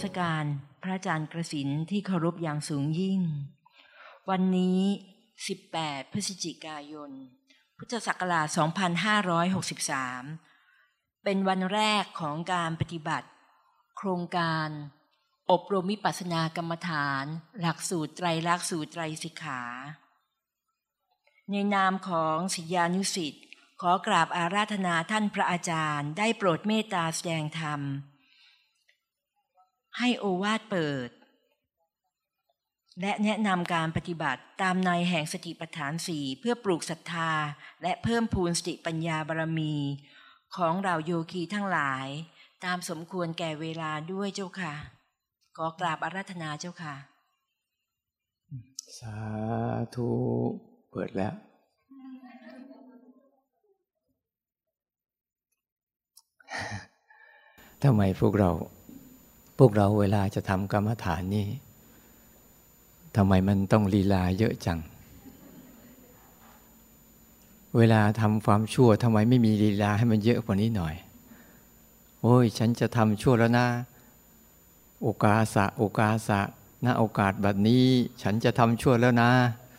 การพระอาจารย์กสิณที่เคารพอย่างสูงยิ่งวันนี้18พฤศจิกายนพุทธศักราช2563เป็นวันแรกของการปฏิบัติโครงการอบรมวิปัสสนากรรมฐานหลักสูตรไตรลักษณ์สูตรไตรสิกขาในนามของศิษยานุศิษย์ขอกราบอาราธนาท่านพระอาจารย์ได้โปรดเมตตาแสดงธรรมให้โอวาทเปิดและแนะนำการปฏิบัติตามในแห่งสติปัฏฐาน4เพื่อปลูกศรัทธาและเพิ่มพูนสติปัญญาบารมีของเราโยคีทั้งหลายตามสมควรแก่เวลาด้วยเจ้าค่ะขอกราบอาราธนาเจ้าค่ะสาธุเปิดแล้วทำไมพวกเราเวลาจะทำกรรมฐานนี่ทำไมมันต้องลีลาเยอะจังเวลาทำความชั่วทำไมไม่มีลีลาให้มันเยอะกว่านี้หน่อยโอ้ยฉันจะทำชั่วแล้วนะโอกาสณโอกาสบัดนี้ฉันจะทำชั่วแล้วนะ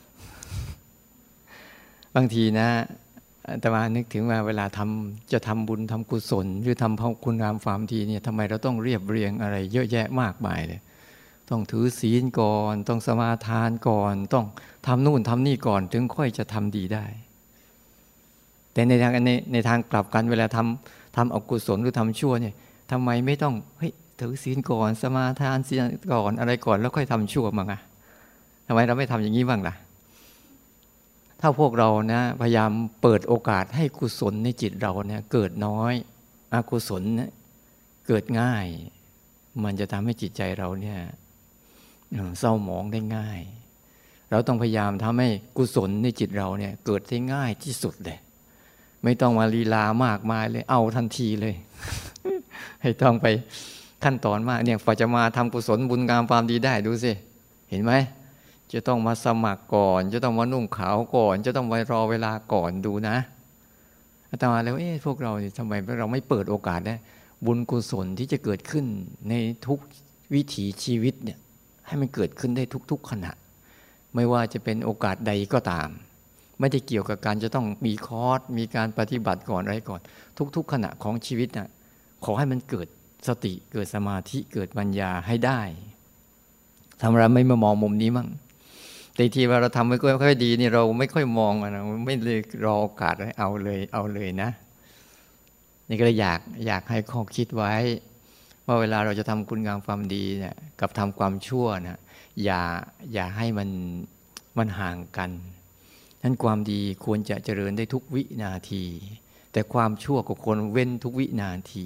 บางทีนะอาตมานึกถึงว่าเวลาจะทำบุญทำกุศลหรือทำคุณงามความดีเนี่ยทำไมเราต้องเรียบเรียงอะไรเยอะแยะมากมายเลยต้องถือศีลก่อนต้องสมาทานก่อนต้องทำนู่นทำนี่ก่อนถึงค่อยจะทำดีได้แต่ในทางกลับกันเวลาทำอกุศลหรือทำชั่วเนี่ยทำไมไม่ต้องถือศีลก่อนสมาทานศีลก่อนอะไรก่อนแล้วค่อยทำชั่วบ้างอะทำไมเราไม่ทำอย่างนี้บ้างล่ะถ้าพวกเรานะพยายามเปิดโอกาสให้กุศลในจิตเราเนี่ยเกิดน้อยอกุศลเนี่ยเกิดง่ายมันจะทำให้จิตใจเราเนี่ยเศร้าหมองได้ง่ายเราต้องพยายามทำให้กุศลในจิตเราเนี่ยเกิดได้ง่ายที่สุดเลยไม่ต้องมาลีลามากมายเลยเอาทันทีเลย ให้ต้องไปขั้นตอนมากเนี่ยฝ่าจะมาทำกุศลบุญงามความดีได้ดูสิเห็นไหมจะต้องมาสมัครก่อนจะต้องมานุ่งขาวก่อนจะต้องไปรอเวลาก่อนดูนะอาตมาแล้วพวกเราทำไมเราไม่เปิดโอกาสนะบุญกุศลที่จะเกิดขึ้นในทุกวิถีชีวิตเนี่ยให้มันเกิดขึ้นได้ทุกๆขณะไม่ว่าจะเป็นโอกาสใดก็ตามไม่ได้เกี่ยวกับการจะต้องมีคอร์สมีการปฏิบัติก่อนอะไรก่อนทุกๆขณะของชีวิตน่ะขอให้มันเกิดสติเกิดสมาธิเกิดปัญญาให้ได้ทำไมไม่มามองมุมนี้มั่งแต่ทีว่าเราทำไม่ค่อยดีนี่เราไม่ค่อยมองนะไม่เลยรอโอกาสให้เอาเลยนะนี่ก็เลยอยากให้ข้อคิดไว้ว่าเวลาเราจะทำคุณงามความดีเนี่ยกับทำความชั่วนะอย่าให้มันห่างกันนั้นความดีควรจะเจริญได้ทุกวินาทีแต่ความชั่วก็ควรเว้นทุกวินาที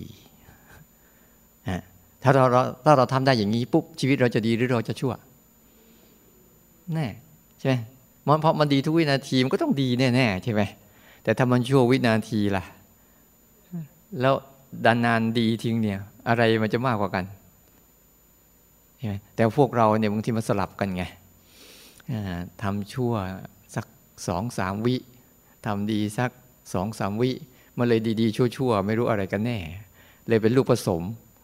ถ้าเราทำได้อย่างนี้ปุ๊บชีวิตเราจะดีหรือเราจะชั่วแน่ใช่ไหมเพราะมันดีทุกวินาทีมันก็ต้องดีแน่ๆใช่ไหมแต่ถ้ามันชั่ววินาทีล่ะแล้วนานดีทิ้งเนี่ยอะไรมันจะมากกว่ากันใช่ไหมแต่พวกเราเนี่ยบางทีมันสลับกันไงทำชั่วสัก 2-3 วิทำดีสัก 2-3 วิมันเลยดีๆชั่วๆไม่รู้อะไรกันแน่เลยเป็นลูกผสม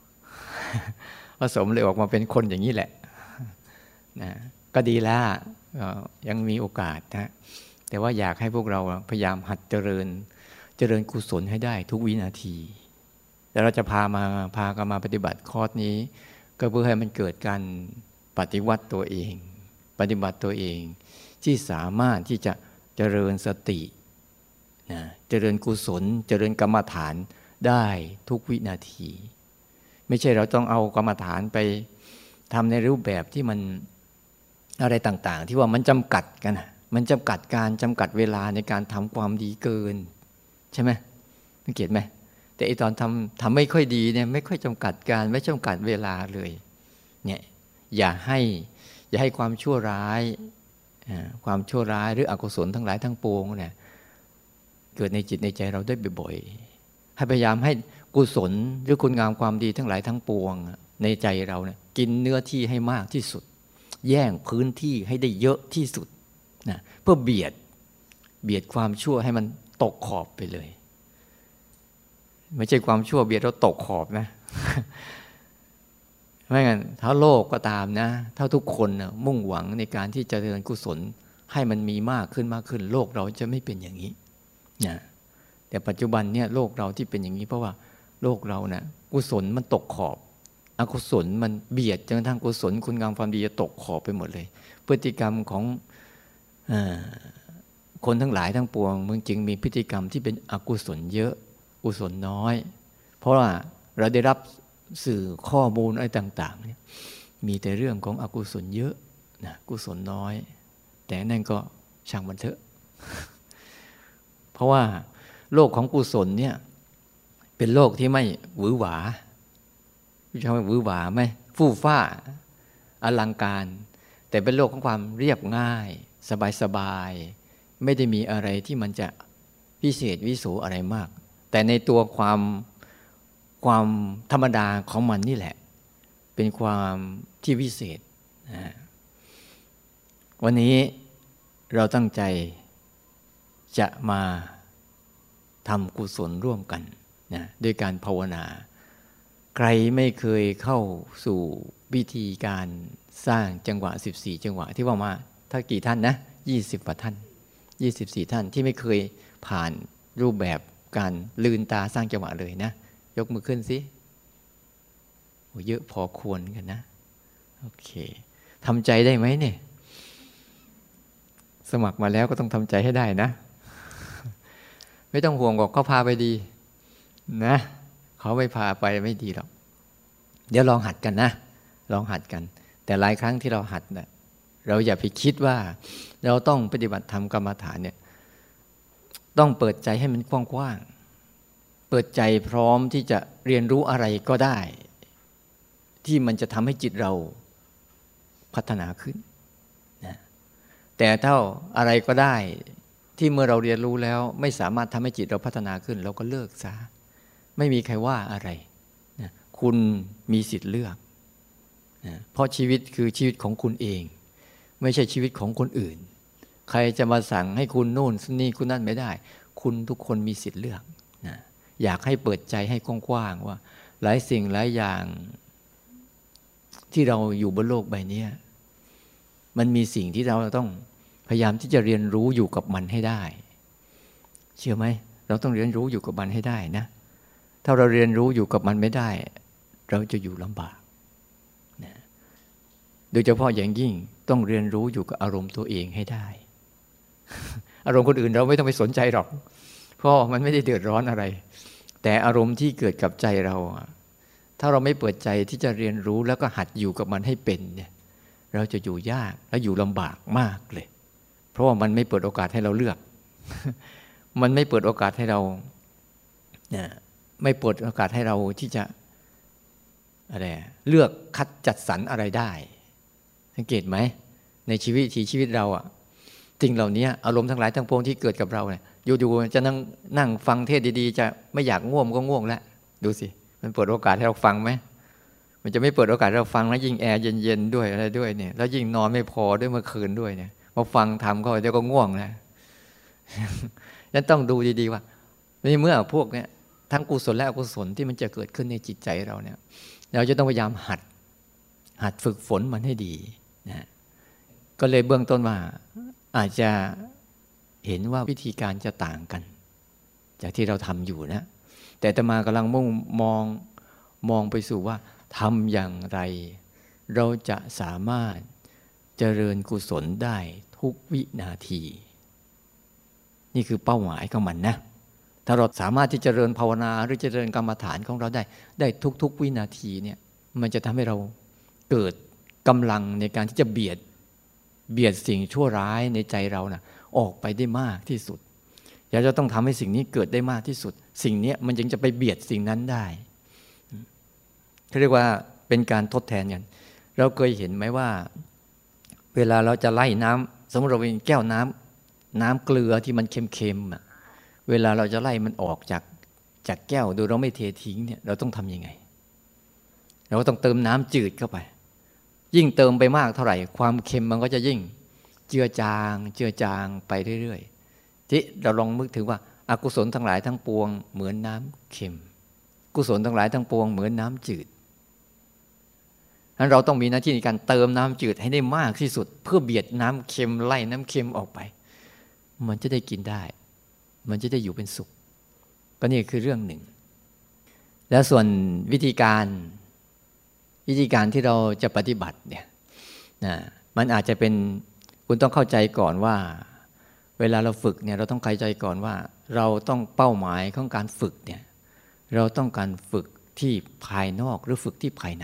เลยออกมาเป็นคนอย่างนี้แหละนะก็ดีแล้วยังมีโอกาสนะแต่ว่าอยากให้พวกเราพยายามหัดเจริญกุศลให้ได้ทุกวินาทีแต่เราจะพากันมาปฏิบัติคอร์สนี้ก็เพื่อให้มันเกิดการปฏิบัติตัวเองที่สามารถที่จะเจริญสตินะเจริญกุศลเจริญกรรมฐานได้ทุกวินาทีไม่ใช่เราต้องเอากรรมฐานไปทำในรูปแบบที่มันอะไรต่างๆที่ว่ามันจำกัดกันมันจำกัดการจำกัดเวลาในการทำความดีเกินใช่ไหมสังเกตไหมแต่ตอนทำไม่ค่อยดีเนี่ยไม่ค่อยจำกัดการไม่จำกัดเวลาเลยเนี่ยอย่าให้ความชั่วร้ายหรืออกุศลทั้งหลายทั้งปวงเนี่ยเกิดในจิตในใจเราได้บ่อยๆให้พยายามให้กุศลหรือคุณงามความดีทั้งหลายทั้งปวงในใจเราเนี่ยกินเนื้อที่ให้มากที่สุดแย่งพื้นที่ให้ได้เยอะที่สุดนะเพื่อเบียดความชั่วให้มันตกขอบไปเลยไม่ใช่ความชั่วเบียดเราตกขอบนะไม่งั้นถ้าโลกก็ตามนะถ้าทุกคนนะมุ่งหวังในการที่จะเจริญกุศลให้มันมีมากขึ้นมากขึ้นโลกเราจะไม่เป็นอย่างนี้นะแต่ปัจจุบันเนี่ยโลกเราที่เป็นอย่างนี้เพราะว่าโลกเรานะกุศลมันตกขอบอกุศลมันเบียดจนกระทั่งกุศลคุณงามความดีจะตกขอบไปหมดเลยพฤติกรรมของคนทั้งหลายทั้งปวงมึงจึงมีพฤติกรรมที่เป็นอกุศลเยอะกุศลน้อยเพราะว่าเราได้รับสื่อข้อมูลอะไรต่างๆเนี่ยมีแต่เรื่องของอกุศลเยอะนะกุศลน้อยแต่นั่นก็ช่างมันเถอะ เพราะว่าโลกของกุศลเนี่ยเป็นโลกที่ไม่หวือหวาใช่ไหมหวือหวาไหมฟู่ฟ้าอลังการแต่เป็นโลกของความเรียบง่ายสบายๆไม่ได้มีอะไรที่มันจะพิเศษวิโสอะไรมากแต่ในตัวความธรรมดาของมันนี่แหละเป็นความที่วิเศษวันนี้เราตั้งใจจะมาทำกุศลร่วมกันนะด้วยการภาวนาใครไม่เคยเข้าสู่วิธีการสร้างจังหวะ14จังหวะที่ว่ามาถ้ากี่ท่านนะ20กว่าท่าน24ท่านที่ไม่เคยผ่านรูปแบบการลืนตาสร้างจังหวะเลยนะยกมือขึ้นสิโอ้เยอะพอควรกันนะโอเคทำใจได้ไหมเนี่ยสมัครมาแล้วก็ต้องทำใจให้ได้นะไม่ต้องห่วงบอกเขาพาไปดีนะเขาไม่พาไปไม่ดีหรอกเดี๋ยวลองหัดกันนะลองหัดกันแต่หลายครั้งที่เราหัดนะเราอย่าไปคิดว่าเราต้องปฏิบัติธรรมกรรมฐานเนี่ยต้องเปิดใจให้มันกว้างๆเปิดใจพร้อมที่จะเรียนรู้อะไรก็ได้ที่มันจะทำให้จิตเราพัฒนาขึ้นนะแต่ถ้าอะไรก็ได้ที่เมื่อเราเรียนรู้แล้วไม่สามารถทำให้จิตเราพัฒนาขึ้นเราก็เลิกซะไม่มีใครว่าอะไรนะคุณมีสิทธิ์เลือกนะเพราะชีวิตคือชีวิตของคุณเองไม่ใช่ชีวิตของคนอื่นใครจะมาสั่งให้คุณโน่นนี่คุณนั่นไม่ได้คุณทุกคนมีสิทธิ์เลือกนะอยากให้เปิดใจให้กว้างๆว่าหลายสิ่งหลายอย่างที่เราอยู่บนโลกใบนี้มันมีสิ่งที่เราต้องพยายามที่จะเรียนรู้อยู่กับมันให้ได้เชื่อไหมเราต้องเรียนรู้อยู่กับมันให้ได้นะถ้าเราเรียนรู้อยู่กับมันไม่ได้เราจะอยู่ลำบากนะโดยเฉพาะอย่างยิ่งต้องเรียนรู้อยู่กับอารมณ์ตัวเองให้ได้ อารมณ์คนอื่นเราไม่ต้องไปสนใจหรอกเพราะมันไม่ได้เดือดร้อนอะไรแต่อารมณ์ที่เกิดกับใจเราถ้าเราไม่เปิดใจที่จะเรียนรู้แล้วก็หัดอยู่กับมันให้เป็นเนี่ยเราจะอยู่ยากและอยู่ลำบากมากเลยเพราะว่ามันไม่เปิดโอกาสให้เราเลือก มันไม่เปิดโอกาสให้เราไม่เปิดโอกาสให้เราที่จะอะไรเลือกคัดจัดสรรอะไรได้สังเกตไหมในชีวิตเราสิ่งเหล่านี้อารมณ์ทั้งหลายทั้งปวงที่เกิดกับเราเนี่ยอยู่ๆจะนั่งฟังเทศดีๆจะไม่อยากง่วงก็ง่วงแล้วดูสิมันเปิดโอกาสให้เราฟังไหมมันจะไม่เปิดโอกาสให้เราฟังแล้วยิ่งแอร์เย็นๆด้วยอะไรด้วยเนี่ยแล้วยิ่งนอนไม่พอด้วยเมื่อคืนด้วยเนี่ยพอฟังทำก็เดี๋ยวก็ง่วงนะนั้นต้องดูดีๆว่าในเมื่อพวกเนี้ยทั้งกุศลและอกุศลที่มันจะเกิดขึ้นในจิตใจเราเนี่ยเราจะต้องพยายามหัดฝึกฝนมันให้ดีนะก็เลยเบื้องต้นว่าอาจจะเห็นว่าวิธีการจะต่างกันจากที่เราทำอยู่นะแต่อาตมากำลังมองไปสู่ว่าทำอย่างไรเราจะสามารถเจริญกุศลได้ทุกวินาทีนี่คือเป้าหมายของมันนะถ้าเราสามารถที่จะเจริญภาวนาหรือเจริญกรรมฐานของเราได้ทุกวินาทีเนี่ยมันจะทำให้เราเกิดกำลังในการที่จะเบียดสิ่งชั่วร้ายในใจเรานะออกไปได้มากที่สุดอยากจะต้องทำให้สิ่งนี้เกิดได้มากที่สุดสิ่งนี้มันจึงจะไปเบียดสิ่งนั้นได้เขาเรียกว่าเป็นการทดแทนกันเราเคยเห็นไหมว่าเวลาเราจะไล่น้ำสมมติเราเป็นแก้วน้ำเกลือที่มันเค็มๆเวลาเราจะไล่มันออกจากแก้วโดยเราไม่เททิ้งเนี่ยเราต้องทำยังไงเราต้องเติมน้ำจืดเข้าไปยิ่งเติมไปมากเท่าไหร่ความเค็มมันก็จะยิ่งเจือจางไปเรื่อยๆที่เราลองนึกถึงว่าอกุศลทั้งหลายทั้งปวงเหมือนน้ำเค็มกุศลทั้งหลายทั้งปวงเหมือนน้ำจืดนั้นเราต้องมีหน้าที่ในการเติมน้ำจืดให้ได้มากที่สุดเพื่อเบียดน้ำเค็มไล่น้ำเค็มออกไปมันจะได้กินได้มันจะได้อยู่เป็นสุขก็นี่คือเรื่องหนึ่งแล้วส่วนวิธีการที่เราจะปฏิบัติเนี่ยนะมันอาจจะเป็นคุณต้องเข้าใจก่อนว่าเวลาเราฝึกเนี่ยเราต้องเข้าใจก่อนว่าเราต้องเป้าหมายของการฝึกเนี่ยเราต้องการฝึกที่ภายนอกหรือฝึกที่ภายใน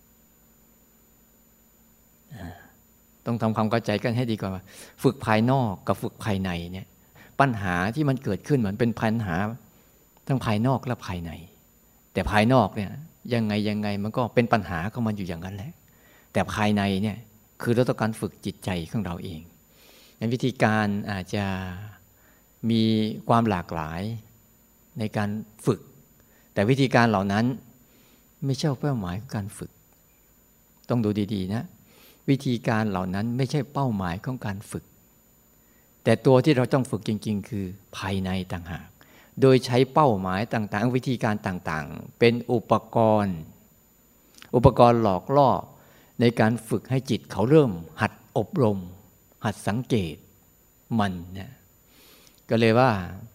ต้องทำความเข้าใจกันให้ดีก่อนว่าฝึกภายนอกกับฝึกภายในเนี่ยปัญหาที่มันเกิดขึ้นมันเป็นปัญหาทั้งภายนอกและภายในแต่ภายนอกเนี่ยยังไงมันก็เป็นปัญหาของมันอยู่อย่างนั้นแหละแต่ภายในเนี่ยคือเราต้องการฝึกจิตใจของเราเองในวิธีการอาจจะมีความหลากหลายในการฝึกแต่วิธีการเหล่านั้นไม่ใช่เป้าหมายของการฝึกต้องดูดีๆนะวิธีการเหล่านั้นไม่ใช่เป้าหมายของการฝึกแต่ตัวที่เราต้องฝึกจริงๆคือภายในต่างหากโดยใช้เป้าหมายต่างๆวิธีการต่างๆเป็นอุปกรณ์หลอกล่อในการฝึกให้จิตเขาเริ่มหัดอบรมหัดสังเกตมันเนี่ยก็เลยว่า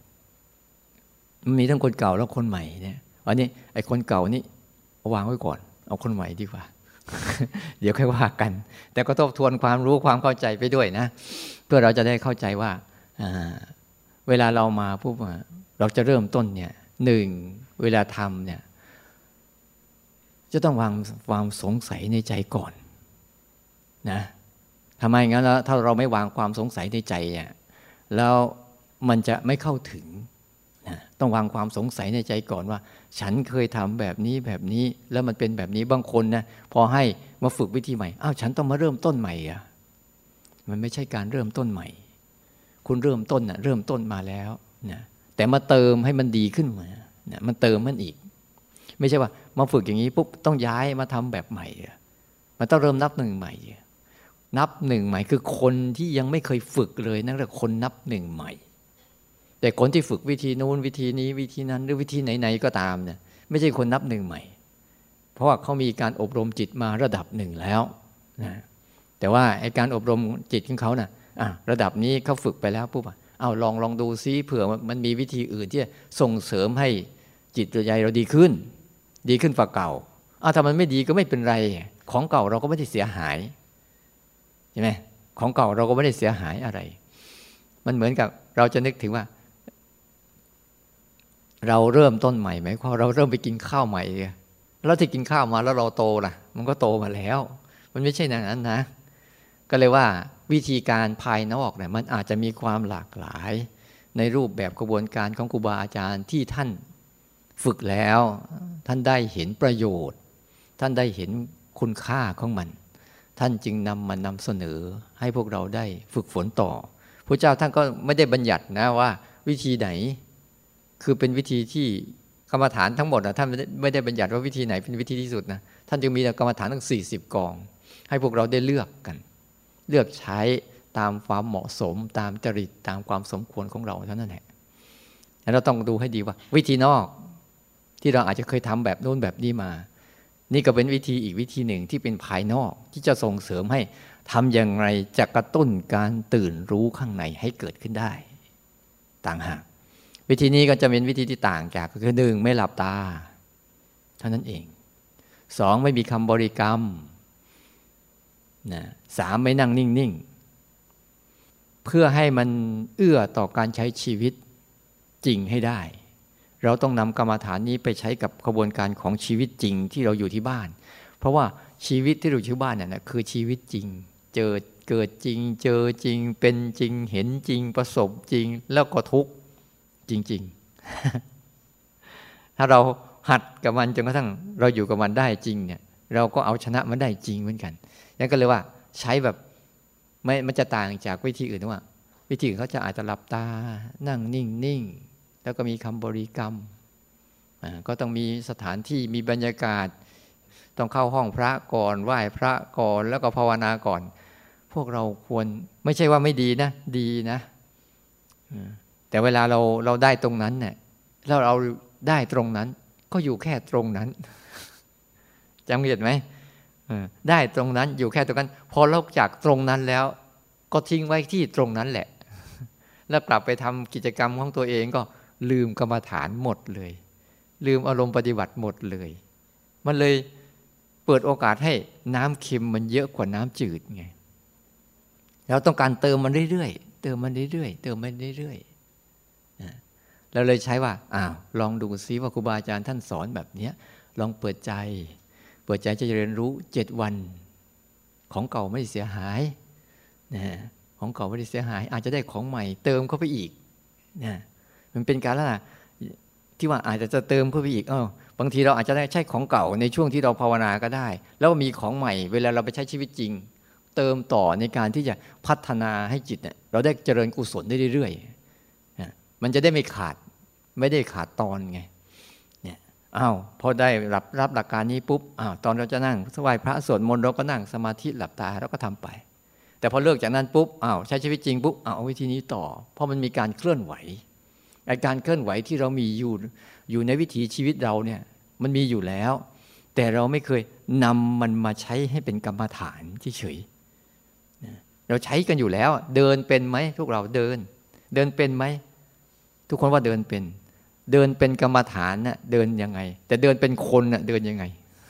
มีทั้งคนเก่าและคนใหม่เนี่ยวันนี้ไอ้คนเก่านี่วางไว้ก่อนเอาคนใหม่ดีกว่า เดี๋ยวค่อยว่ากันแต่ก็ทบทวนความรู้ความเข้าใจไปด้วยนะเพื่อเราจะได้เข้าใจว่าเวลาเรามาปุ๊บเราจะเริ่มต้นเนี่ยหนึ่งเวลาทำเนี่ยจะต้องวางความสงสัยในใจก่อนนะทำไมงั้นแล้วถ้าเราไม่วางความสงสัยในใจเนี่ยแล้วมันจะไม่เข้าถึงนะต้องวางความสงสัยในใจก่อนว่าฉันเคยทำแบบนี้แล้วมันเป็นแบบนี้บางคนนะพอให้มาฝึกวิธีใหม่อ้าวฉันต้องมาเริ่มต้นใหม่อ่ะมันไม่ใช่การเริ่มต้นใหม่คุณเริ่มต้นนะเริ่มต้นมาแล้วนะแต่มาเติมให้มันดีขึ้นมานะมันเติมมันอีกไม่ใช่ว่ามาฝึกอย่างนี้ปุ๊บต้องย้ายมาทำแบบใหม่มันต้องเริ่มนับหนึ่งใหม่นับหนึ่งใหม่คือคนที่ยังไม่เคยฝึกเลยนั่นแหละคนนับหนึ่งใหม่แต่คนที่ฝึกวิธีนู้นวิธีนี้วิธีนั้นหรือวิธีไหนๆก็ตามเนี่ยไม่ใช่คนนับหนึ่งใหม่เพราะว่าเขามีการอบรมจิตมาระดับหนึ่งแล้วนะแต่ว่าไอ้การอบรมจิตของเขาน่ะระดับนี้เขาฝึกไปแล้วปุ๊บเอาลองดูซิเผื่อมันมีวิธีอื่นที่จะส่งเสริมให้จิตใจเราดีขึ้นกว่าเก่าถ้ามันไม่ดีก็ไม่เป็นไรของเก่าเราก็ไม่ได้เสียหายใช่ไหมของเก่าเราก็ไม่ได้เสียหายอะไรมันเหมือนกับเราจะนึกถึงว่าเราเริ่มต้นใหม่ไหมเพราะเราเริ่มไปกินข้าวใหม่แล้วที่กินข้าวมาแล้วเราโตล่ะมันก็โตมาแล้วมันไม่ใช่อย่างนั้นนะก็เลยว่าวิธีการภายนอกเนี่ยมันอาจจะมีความหลากหลายในรูปแบบกระบวนการของครูบาอาจารย์ที่ท่านฝึกแล้วท่านได้เห็นประโยชน์ท่านได้เห็นคุณค่าของมันท่านจึงนำเสนอให้พวกเราได้ฝึกฝนต่อพระเจ้าท่านก็ไม่ได้บัญญัตินะว่าวิธีไหนคือเป็นวิธีที่กรรมฐานทั้งหมดนะท่านไม่ได้บัญญัติว่าวิธีไหนเป็นวิธีที่สุดนะท่านจึงมีกรรมฐานทั้ง40 กองให้พวกเราได้เลือกกันเลือกใช้ตามความเหมาะสมตามจริตตามความสมควรของเราเท่านั้นแหละแล้วเราต้องดูให้ดีว่าวิธีนอกที่เราอาจจะเคยทำแบบโน้นแบบนี้มานี่ก็เป็นวิธีอีกวิธีหนึ่งที่เป็นภายนอกที่จะส่งเสริมให้ทำอย่างไรจะกระตุ้นการตื่นรู้ข้างในให้เกิดขึ้นได้ต่างหากวิธีนี้ก็จะเป็นวิธีที่ต่างจากก็คือ1ไม่หลับตาเท่านั้นเอง2ไม่มีคำบริกรรม3ไม่นั่งนิ่งๆเพื่อให้มันเอื้อต่อการใช้ชีวิตจริงให้ได้เราต้องนำกรรมฐานนี้ไปใช้กับกระบวนการของชีวิตจริงที่เราอยู่ที่บ้านเพราะว่าชีวิตที่เราอยู่ที่บ้านเนี่ยนะคือชีวิตจริงเกิดจริงเจอจริงเป็นจริงเห็นจริงประสบจริงแล้วก็ทุกข์จริงๆ ถ้าเราหัดกับมันจนกระทั่งเราอยู่กับมันได้จริงเนี่ยเราก็เอาชนะมันได้จริงเหมือนกันนั่นก็เลยว่าใช้แบบมันจะต่างจากวิธีอื่นว่าวิธีอื่นเขาจะอาจจะหลับตานั่งนิ่งๆแล้วก็มีคำบริกรรมก็ต้องมีสถานที่มีบรรยากาศต้องเข้าห้องพระก่อนไหว้พระก่อนแล้วก็ภาวนาก่อนพวกเราควรไม่ใช่ว่าไม่ดีนะดีนะแต่เวลาเราได้ตรงนั้นเนี่ยแล้วเราได้ตรงนั้นก็อยู่แค่ตรงนั้นจำเห็นไหมได้ตรงนั้นอยู่แค่ตรงนั้นพอเราจากตรงนั้นแล้วก็ทิ้งไว้ที่ตรงนั้นแหละแล้วกลับไปทำกิจกรรมของตัวเองก็ลืมกรรมฐานหมดเลยลืมอารมณ์ปฏิบัติหมดเลยมันเลยเปิดโอกาสให้น้ำเค็มมันเยอะกว่าน้ำจืดไงเราต้องการเติมมันเรื่อยๆเติมมันเรื่อยๆเติมมันเรื่อยๆเราเลยใช้ว่าลองดูซิว่าครูบาอาจารย์ท่านสอนแบบนี้ลองเปิดใจจะเรียนรู้7 วันของเก่าไม่เสียหายนะของเก่าไม่ได้เสียหายอาจจะได้ของใหม่เติมเข้าไปอีกนะมันเป็นการละที่ว่าอาจจะเติมเข้าไปอีกบางทีเราอาจจะได้ใช้ของเก่าในช่วงที่เราภาวนาก็ได้แล้วมีของใหม่เวลาเราไปใช้ชีวิตจริงเติมต่อในการที่จะพัฒนาให้จิตเนี่ยเราได้เจริญกุศลได้เรื่อยๆมันจะได้ไม่ได้ขาดตอนไงเนี่ยพอได้รับหลักการนี้ปุ๊บตอนเราจะนั่งไหว้พระสวดมนต์เราก็นั่งสมาธิหลับตาเราก็ทำไปแต่พอเลิกจากนั้นปุ๊บใช้ชีวิตจริงปุ๊บเอาวิธีนี้ต่อเพราะมันมีการเคลื่อนไหวการเคลื่อนไหวที่เรามีอยู่ในวิถีชีวิตเราเนี่ยมันมีอยู่แล้วแต่เราไม่เคยนำมันมาใช้ให้เป็นกรรมฐานเฉยๆเราใช้กันอยู่แล้วเดินเป็นไหมพวกเราเดินเป็นไหมทุกคนว่าเดินเป็นกรรมฐานน่ะเดินยังไงแต่เดินเป็นคนน่ะเดินยังไง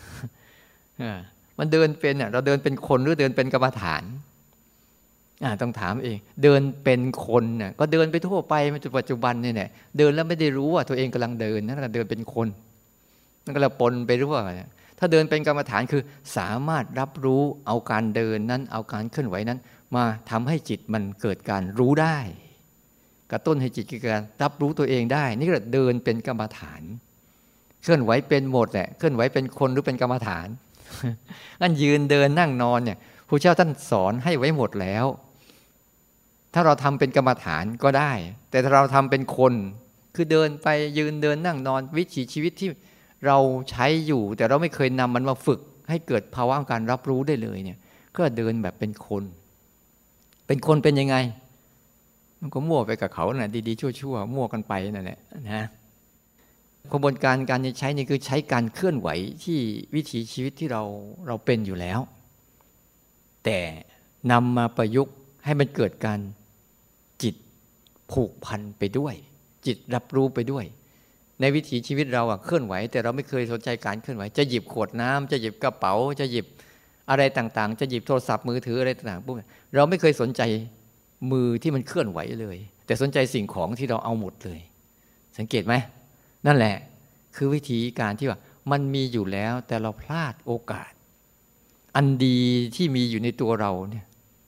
มันเดินเป็นเราเดินเป็นคนหรือเดินเป็นกรรมฐานต้องถามเองเดินเป็นคนน่ะก็เดินไปทั่วไปในปัจจุบันนี่แหละเดินแล้วไม่ได้รู้ว่าตัวเองกำลังเดินนั่นก็เดินเป็นคนนั่นก็เราปนไปรู้ว่าถ้าเดินเป็นกรรมฐานคือสามารถรับรู้เอาการเดินนั้นเอาการเคลื่อนไหวนั้นมาทำให้จิตมันเกิดการรู้ได้กระตุ้นให้จิตเกิดการรับรู้ตัวเองได้นี่ก็เดินเป็นกรรมฐานเคลื่อนไหวเป็นหมดแหละเคลื่อนไหวเป็นคนหรือเป็นกรรมฐานงั้นยืนเดินนั่งนอนเนี่ยพระเจ้าท่านสอนให้ไว้หมดแล้วถ้าเราทำเป็นกรรมฐานก็ได้แต่ถ้าเราทำเป็นคนคือเดินไปยืนเดินนั่งนอนวิถีชีวิตที่เราใช้อยู่แต่เราไม่เคยนำมันมาฝึกให้เกิดภาวะการรับรู้ได้เลยเนี่ยก็เดินแบบเป็นคนเป็นยังไงมันก็มั่วไปกับเขาน่ะดีๆชั่วๆมั่วกันไปนั่นแหละนะกระบวนการใช้นี่คือใช้การเคลื่อนไหวที่วิถีชีวิตที่เราเป็นอยู่แล้วแต่นำมาประยุกต์ให้มันเกิดการจิตผูกพันไปด้วยจิตรับรู้ไปด้วยในวิถีชีวิตเราเคลื่อนไหวแต่เราไม่เคยสนใจการเคลื่อนไหวจะหยิบขวดน้ำจะหยิบกระเป๋าจะหยิบอะไรต่างๆจะหยิบโทรศัพท์มือถืออะไรต่างๆพวกนี้เราไม่เคยสนใจมือที่มันเคลื่อนไหวเลยแต่สนใจสิ่งของที่เราเอาหมดเลยสังเกตไหมนั่นแหละคือวิธีการที่ว่ามันมีอยู่แล้วแต่เราพลาดโอกาสอันดีที่มีอยู่ในตัวเราเนี่ย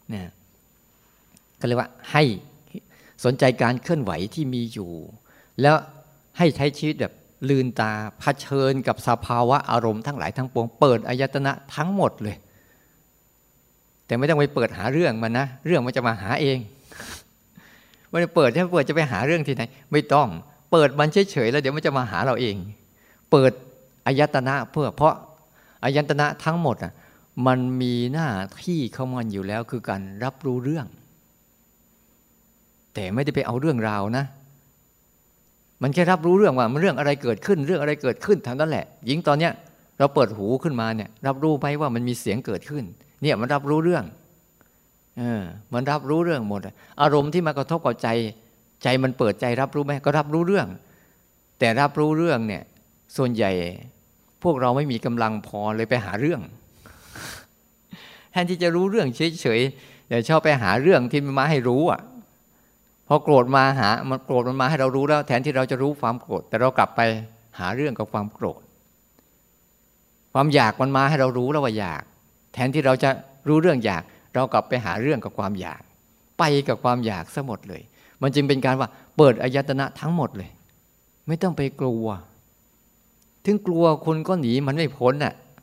ก็เรียกว่าให้สนใจการเคลื่อนไหวที่มีอยู่แล้วให้ใช้ชีวิตแบบลืนตาเผชิญกับสภาวะอารมณ์ทั้งหลายทั้งปวงเปิดอายตนะทั้งหมดเลยแต่ไม่ต้องไปเปิดหาเรื่องมันนะเรื่องมันจะมาหาเองไม่ได้เปิดจะไปหาเรื่องที่ไหนไม่ต้องเปิดมันเฉยๆแล้วเดี๋ยวมันจะมาหาเราเองเปิดอายตนะเพราะอายตนะทั้งหมดมันมีหน้าที่ของมันอยู่แล้วคือการรับรู้เรื่องแต่ไม่ได้ไปเอาเรื่องราวนะมันแค่รับรู้เรื่องว่ามันเรื่องอะไรเกิดขึ้นเรื่องอะไรเกิดขึ้นเท่านั้นแหละยิ่งตอนเนี้ยเราเปิดหูขึ้นมาเนี่ยรับรู้ไหมว่ามันมีเสียงเกิดขึ้นเนี่ยมันรับรู้เรื่องมันรับรู้เรื่องหมดอารมณ์ที่มากระทบกับใจมันเปิดใจรับรู้ไหมก็รับรู้เรื่องแต่รับรู้เรื่องเนี่ยส่วนใหญ่พวกเราไม่มีกำลังพอเลยไปหาเรื่องแทนที่จะรู้เรื่องเฉยๆแต่ชอบไปหาเรื่องที่มันมาให้รู้พอโกรธมามันโกรธมันมาให้เรารู้แล้วแทนที่เราจะรู้ความโกรธแต่เรากลับไปหาเรื่องกับความโกรธความอยากมันมาให้เรารู้แล้วว่าอยากแทนที่เราจะรู้เรื่องอยากเรากลับไปหาเรื่องกับความอยากไปกับความอยากซะหมดเลยมันจึงเป็นการว่าเปิดอายตนะทั้งหมดเลยไม่ต้องไปกลัวถึงกลัวคุณก็หนีมันไม่พ้น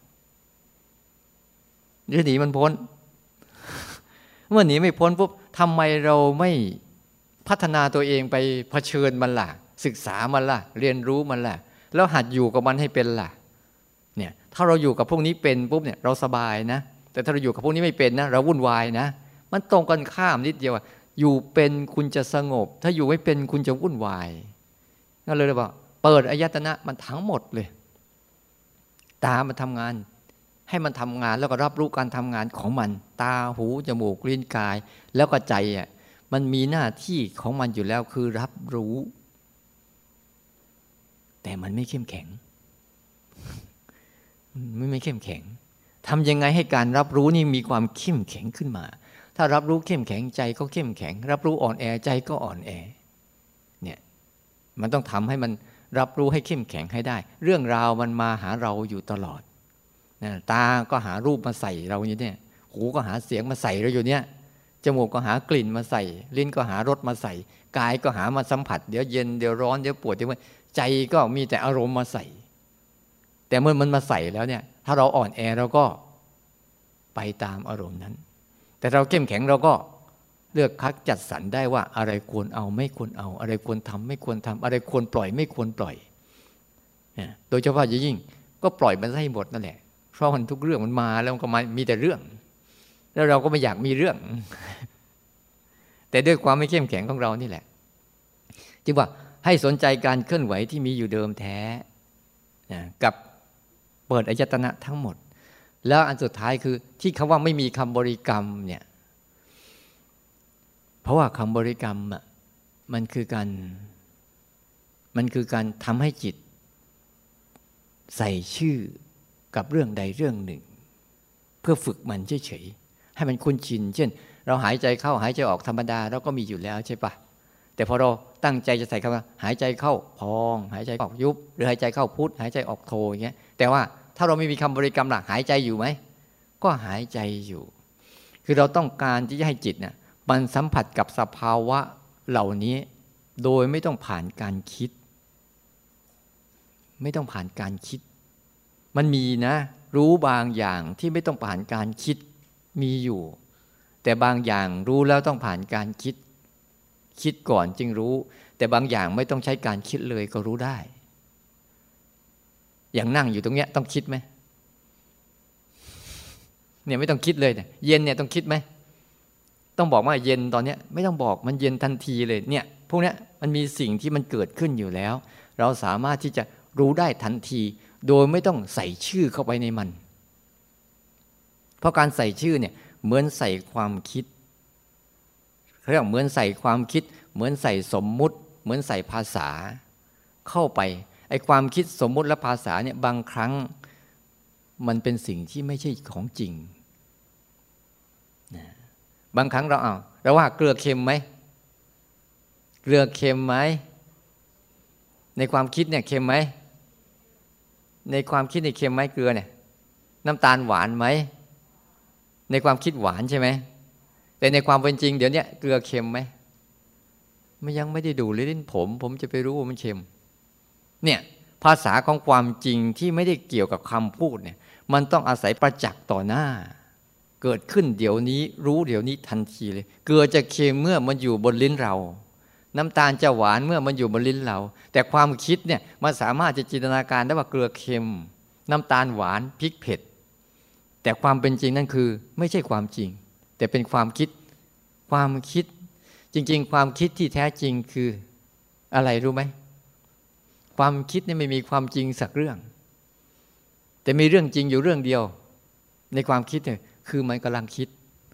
จะหนีมันพ้นเมื่อหนีไม่พ้นปุ๊บทำไมเราไม่พัฒนาตัวเองไปเผชิญมันล่ะศึกษามันล่ะเรียนรู้มันล่ะแล้วหัดอยู่กับมันให้เป็นล่ะเนี่ยถ้าเราอยู่กับพวกนี้เป็นปุ๊บเนี่ยเราสบายนะแต่ถ้าเราอยู่กับพวกนี้ไม่เป็นนะเราวุ่นวายนะมันตรงกันข้ามนิดเดียวอยู่เป็นคุณจะสงบถ้าอยู่ไม่เป็นคุณจะวุ่นวายก็เลยบอกเปิดอายตนะมันทั้งหมดเลยตามันทำงานให้มันทำงานแล้วก็รับรู้การทำงานของมันตาหูจมูกลิ้นกายแล้วก็ใจอ่ะมันมีหน้าที่ของมันอยู่แล้วคือรับรู้แต่มันไม่เข้มแข็งไม่เข้มแข็งทำยังไงให้การรับรู้นี่มีความเข้มแข็งขึ้นมาถ้ารับรู้เข้มแข็งใจก็เข้มแข็งรับรู้อ่อนแอใจก็อ่อนแอเนี่ยมันต้องทำให้มันรับรู้ให้เข้มแข็งให้ได้เรื่องราวมันมาหาเราอยู่ตลอดนะตาก็หารูปมาใส่เราอยู่เนี่ยหูก็หาเสียงมาใส่เราอยู่เนี่ยจมูกก็หากลิ่นมาใส่ลิ้นก็หารสมาใส่กายก็หามาสัมผัสเดี๋ยวเย็นเดี๋ยวร้อนเดี๋ยวปวดเดี๋ยวใจก็มีแต่อารมณ์มาใส่แต่เมื่อมันมาใส่แล้วเนี่ยถ้าเราอ่อนแอเราก็ไปตามอารมณ์นั้นแต่เราเข้มแข็งเราก็เลือกคัดจัดสรรได้ว่าอะไรควรเอาไม่ควรเอาอะไรควรทำไม่ควรทำอะไรควรปล่อยไม่ควรปล่อยโดยเฉพาะยิ่งก็ปล่อยมันให้หมดนั่นแหละเพราะมันทุกเรื่องมันมาแล้วมันก็มีแต่เรื่องแล้วเราก็ไม่อยากมีเรื่องแต่ด้วยความไม่เข้มแข็งของเรานี่แหละจึงว่าให้สนใจการเคลื่อนไหวที่มีอยู่เดิมแท้กับเปิดอายตนะทั้งหมดแล้วอันสุดท้ายคือที่คำว่าไม่มีคำบริกรรมเนี่ยเพราะว่าคำบริกรรมอ่ะมันคือการทำให้จิตใส่ชื่อกับเรื่องใดเรื่องหนึ่งเพื่อฝึกมันเฉยๆให้มันคุ้นชินเช่นเราหายใจเข้าหายใจออกธรรมดาเราก็มีอยู่แล้วใช่ปะแต่พอเราตั้งใจจะใส่คำว่าหายใจเข้าพองหายใจออกยุบหรือหายใจเข้าพุทหายใจออกโทอย่างเงี้ยแต่ว่าถ้าเราไม่มีคำบริกรรมหลักหายใจอยู่ไหมก็หายใจอยู่คือเราต้องการที่จะให้จิตเนี่ยมันสัมผัสกับสภาวะเหล่านี้โดยไม่ต้องผ่านการคิดไม่ต้องผ่านการคิดมันมีนะรู้บางอย่างที่ไม่ต้องผ่านการคิดมีอยู่แต่บางอย่างรู้แล้วต้องผ่านการคิดก่อนจึงรู้แต่บางอย่างไม่ต้องใช้การคิดเลยก็รู้ได้อย่างนั่งอยู่ตรงเนี้ยต้องคิดไหมเนี่ยไม่ต้องคิดเลยเนี่ยเย็นเนี่ยต้องคิดไหมต้องบอกว่าเย็นตอนเนี้ยไม่ต้องบอกมันเย็นทันทีเลยเนี่ยพวกเนี้ยมันมีสิ่งที่มันเกิดขึ้นอยู่แล้วเราสามารถที่จะรู้ได้ทันทีโดยไม่ต้องใส่ชื่อเข้าไปในมันเพราะการใส่ชื่อเนี่ยเหมือนใส่ความคิดเรียกเหมือนใส่ความคิดเหมือนใส่สมมุติเหมือนใส่ภาษาเข้าไปไอ้ความคิดสมมุติและภาษาเนี่ยบางครั้งมันเป็นสิ่งที่ไม่ใช่ของจริงนะบางครั้งเราว่าเกลือเค็มไหมเกลือเค็มไหมในความคิดเนี่ยเค็มไหมในความคิดเนี่ยเค็มไหมเกลือเนี่ยน้ำตาลหวานไหมในความคิดหวานใช่ไหมแต่ในความเป็นจริงเดี๋ยวนี้เกลือเค็มไหมมันยังไม่ได้ดูลิ้นผมจะไปรู้ว่ามันเค็มเนี่ยภาษาของความจริงที่ไม่ได้เกี่ยวกับคำพูดเนี่ยมันต้องอาศัยประจักษ์ต่อหน้าเกิดขึ้นเดี๋ยวนี้รู้เดี๋ยวนี้ทันทีเลยเกลือจะเค็มเมื่อมันอยู่บนลิ้นเราน้ำตาลจะหวานเมื่อมันอยู่บนลิ้นเราแต่ความคิดเนี่ยมันสามารถจะจินตนาการได้ว่าเกลือเค็มน้ำตาลหวานพริกเผ็ดแต่ความเป็นจริงนั่นคือไม่ใช่ความจริงแต่เป็นความคิดจริงๆความคิดที่แท้จริงคืออะไรรู้ไหมความคิดนี่ไม่มีความจริงสักเรื่องแต่มีเรื่องจริงอยู่เรื่องเดียวในความคิดเนี่ยคือมันกำลังคิด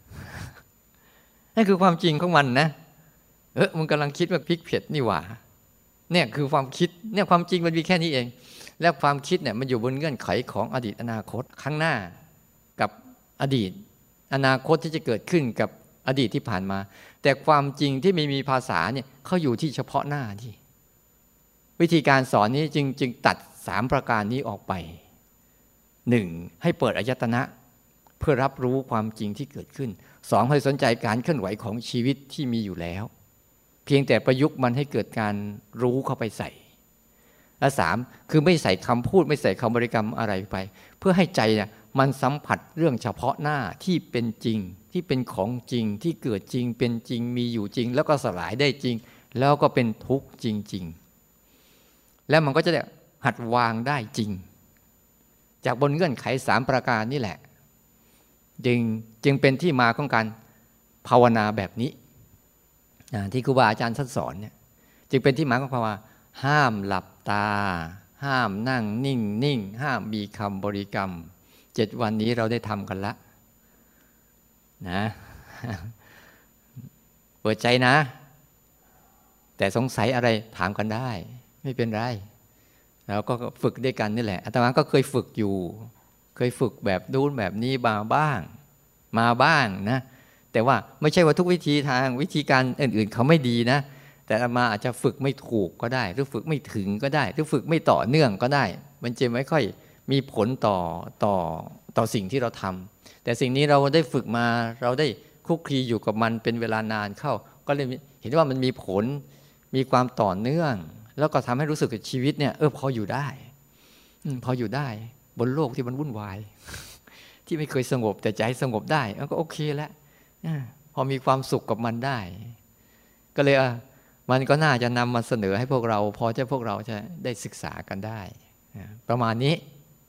นั่นคือความจริงของมันนะมันกำลังคิดว่าพริกเผ็ดนี่หว่าเนี่ยคือความคิดเนี่ยความจริงมันมีแค่นี้เองแล้วความคิดเนี่ยมันอยู่บนเงื่อนไขของอดีตอนาคตข้างหน้ากับอดีตอนาคตที่จะเกิดขึ้นกับอดีตที่ผ่านมาแต่ความจริงที่ไม่มีภาษาเนี่ยเขาอยู่ที่เฉพาะหน้าที่วิธีการสอนนี้จึงตัด3ประการนี้ออกไป 1. ให้เปิดอายตนะเพื่อรับรู้ความจริงที่เกิดขึ้น 2. ให้สนใจการเคลื่อนไหวของชีวิตที่มีอยู่แล้วเพียงแต่ประยุกต์มันให้เกิดการรู้เข้าไปใส่และ 3. คือไม่ใส่คำพูดไม่ใส่คำบริกรรมอะไรไปเพื่อให้ใจเนี่ยมันสัมผัสเรื่องเฉพาะหน้าที่เป็นจริงที่เป็นของจริงที่เกิดจริงเป็นจริงมีอยู่จริงแล้วก็สลายได้จริงแล้วก็เป็นทุกข์จริงๆแล้วมันก็จะได้หัดวางได้จริงจากบนเงื่อนไข3ประการนี่แหละจึงเป็นที่มาของการภาวนาแบบนี้ที่ครูบาอาจารย์ท่านสอนเนี่ยจึงเป็นที่มาของภาวนาห้ามหลับตาห้ามนั่งนิ่งห้ามมีคำบริกรรม 7 วันนี้เราได้ทำกันละนะเปิดใจนะแต่สงสัยอะไรถามกันได้ไม่เป็นไรเราก็ฝึกด้วยกันนี่แหละอาตมาก็เคยฝึกอยู่เคยฝึกแบบดูนแบบนี้มาบ้างนะแต่ว่าไม่ใช่ว่าทุกวิธีทางวิธีการอื่นๆเขาไม่ดีนะแต่อาตมาอาจจะฝึกไม่ถูกก็ได้หรือฝึกไม่ถึงก็ได้หรือฝึกไม่ต่อเนื่องก็ได้มันจะไม่ค่อยมีผลต่อสิ่งที่เราทำแต่สิ่งนี้เราได้ฝึกมาเราได้คลุกคลีอยู่กับมันเป็นเวลานานเข้าก็เลยเห็นว่ามันมีผลมีความต่อเนื่องแล้วก็ทำให้รู้สึกกับชีวิตเนี่ยพออยู่ได้พออยู่ได้บนโลกที่มันวุ่นวายที่ไม่เคยสงบแต่ใจสงบได้ก็โอเคแล้วพอมีความสุขกับมันได้ก็เลยมันก็น่าจะนำมาเสนอให้พวกเราพวกเราจะได้ศึกษากันได้ประมาณนี้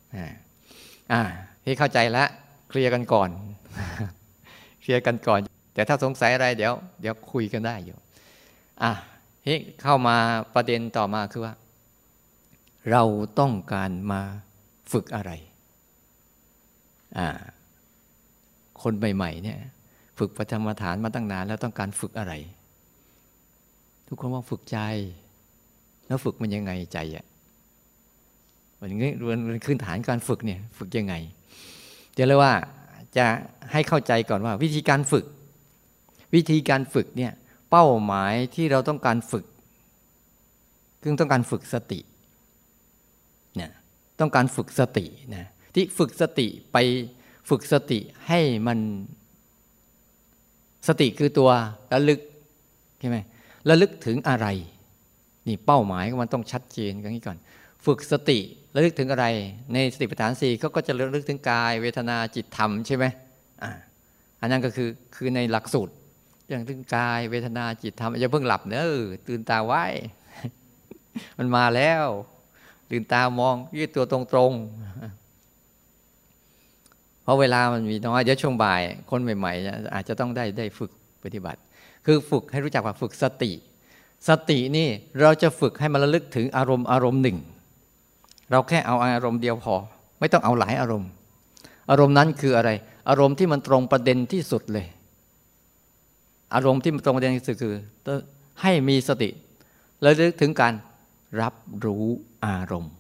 ที่เข้าใจแล้วเคลียร์กันก่อนเคลียร์กันก่อนแต่ถ้าสงสัยอะไรเดี๋ยวคุยกันได้อยู่ที่เข้ามาประเด็นต่อมาคือว่าเราต้องการมาฝึกอะไรคนใหม่ๆเนี่ยฝึกประจำฐานมาตั้งนานแล้วต้องการฝึกอะไรทุกคนว่าฝึกใจแล้วฝึกมันยังไงใจมันขึ้นฐานการฝึกเนี่ยฝึกยังไงเดี๋ยวเลยว่าจะให้เข้าใจก่อนว่าวิธีการฝึกเนี่ยเป้าหมายที่เราต้องการฝึกคือต้องการฝึกสติเนี่ยต้องการฝึกสตินะที่ฝึกสติไปฝึกสติให้มันสติคือตัวระลึกใช่ไหมระลึกถึงอะไรนี่เป้าหมายมันต้องชัดเจนอย่างนี้ก่อนฝึกสติระลึกถึงอะไรในสติปัฏฐาน4เขาก็จะระลึกถึงกายเวทนาจิตธรรมใช่ไหมอันนั้นก็คือในหลักสูตรอย่างถึงกายเวทนาจิตธรรมอย่าเพิ่งหลับเนอะตื่นตาไว้ มันมาแล้วตื่นตามองยืดตัวตรงๆเพราะเวลามันมีน้อยเดี๋ยวช่วงบ่ายคนใหม่ๆอาจจะต้องได้ฝึกปฏิบัติคือฝึกให้รู้จักว่าฝึกสตินี่เราจะฝึกให้มันระลึกถึงอารมณ์หนึ่งเราแค่เอาอารมณ์เดียวพอไม่ต้องเอาหลายอารมณ์นั้นคืออะไรอารมณ์ที่มันตรงประเด็นที่สุดเลยอารมณ์ที่มันตรงประเด็นที่สุดคือให้มีสติระลึกถึงการรับรู้อารมณ์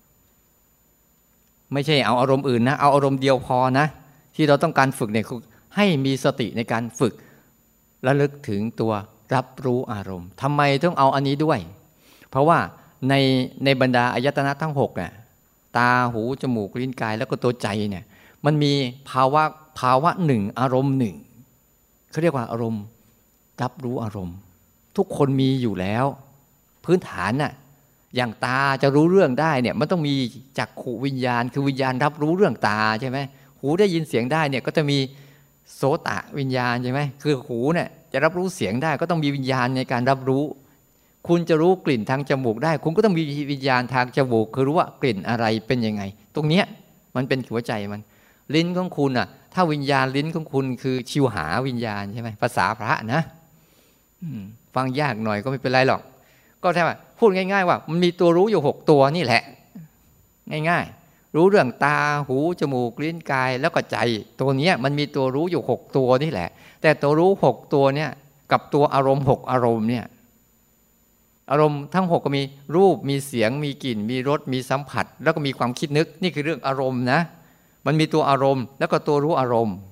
ไม่ใช่เอาอารมณ์อื่นนะเอาอารมณ์เดียวพอนะที่เราต้องการฝึกเนี่ยคือให้มีสติในการฝึกระลึกถึงตัวรับรู้อารมณ์ทำไมต้องเอาอันนี้ด้วยเพราะว่าในบรรดาอายตนะทั้ง6เนี่ยตาหูจมูกลิ้นกายแล้วก็ตัวใจเนี่ยมันมีภาวะหนึ่งอารมณ์หนึ่งเขาเรียกว่าอารมณ์รับรู้อารมณ์ทุกคนมีอยู่แล้วพื้นฐานน่ะอย่างตาจะรู้เรื่องได้เนี่ยมันต้องมีจักขุวิญญาณคือวิญญาณรับรู้เรื่องตาใช่ไหมหูได้ยินเสียงได้เนี่ยก็จะมีโสตวิญญาณใช่ไหมคือหูเนี่ยจะรับรู้เสียงได้ก็ต้องมีวิญญาณในการรับรู้คุณจะรู้กลิ่นทางจมูกได้คุณก็ต้องมีวิญญาณทางจมูกคือรู้ว่ากลิ่นอะไรเป็นยังไงตรงเนี้ยมันเป็นหัวใจมันลิ้นของคุณอ่ะถ้าวิญญาณลิ้นของคุณคือชิวหาวิญญาณใช่ไหมภาษาพระนะฟังยากหน่อยก็ไม่เป็นไรหรอกก็แค่ว่าพูดง่ายๆว่ามันมีตัวรู้อยู่6ตัวนี่แหละง่ายๆรู้เรื่องตาหูจมูกลิ้นกายแล้วก็ใจตัวนี้มันมีตัวรู้อยู่6ตัวนี่แหละแต่ตัวรู้6ตัวเนี่ยกับตัวอารมณ์6อารมณ์เนี่ยอารมณ์ทั้ง6ก็มีรูปมีเสียงมีกลิ่นมีรสมีสัมผัสแล้วก็มีความคิดนึกนี่คือเรื่องอารมณ์นะมันมีตัวอารมณ์แล้วก็ตัวรู้อารมณ์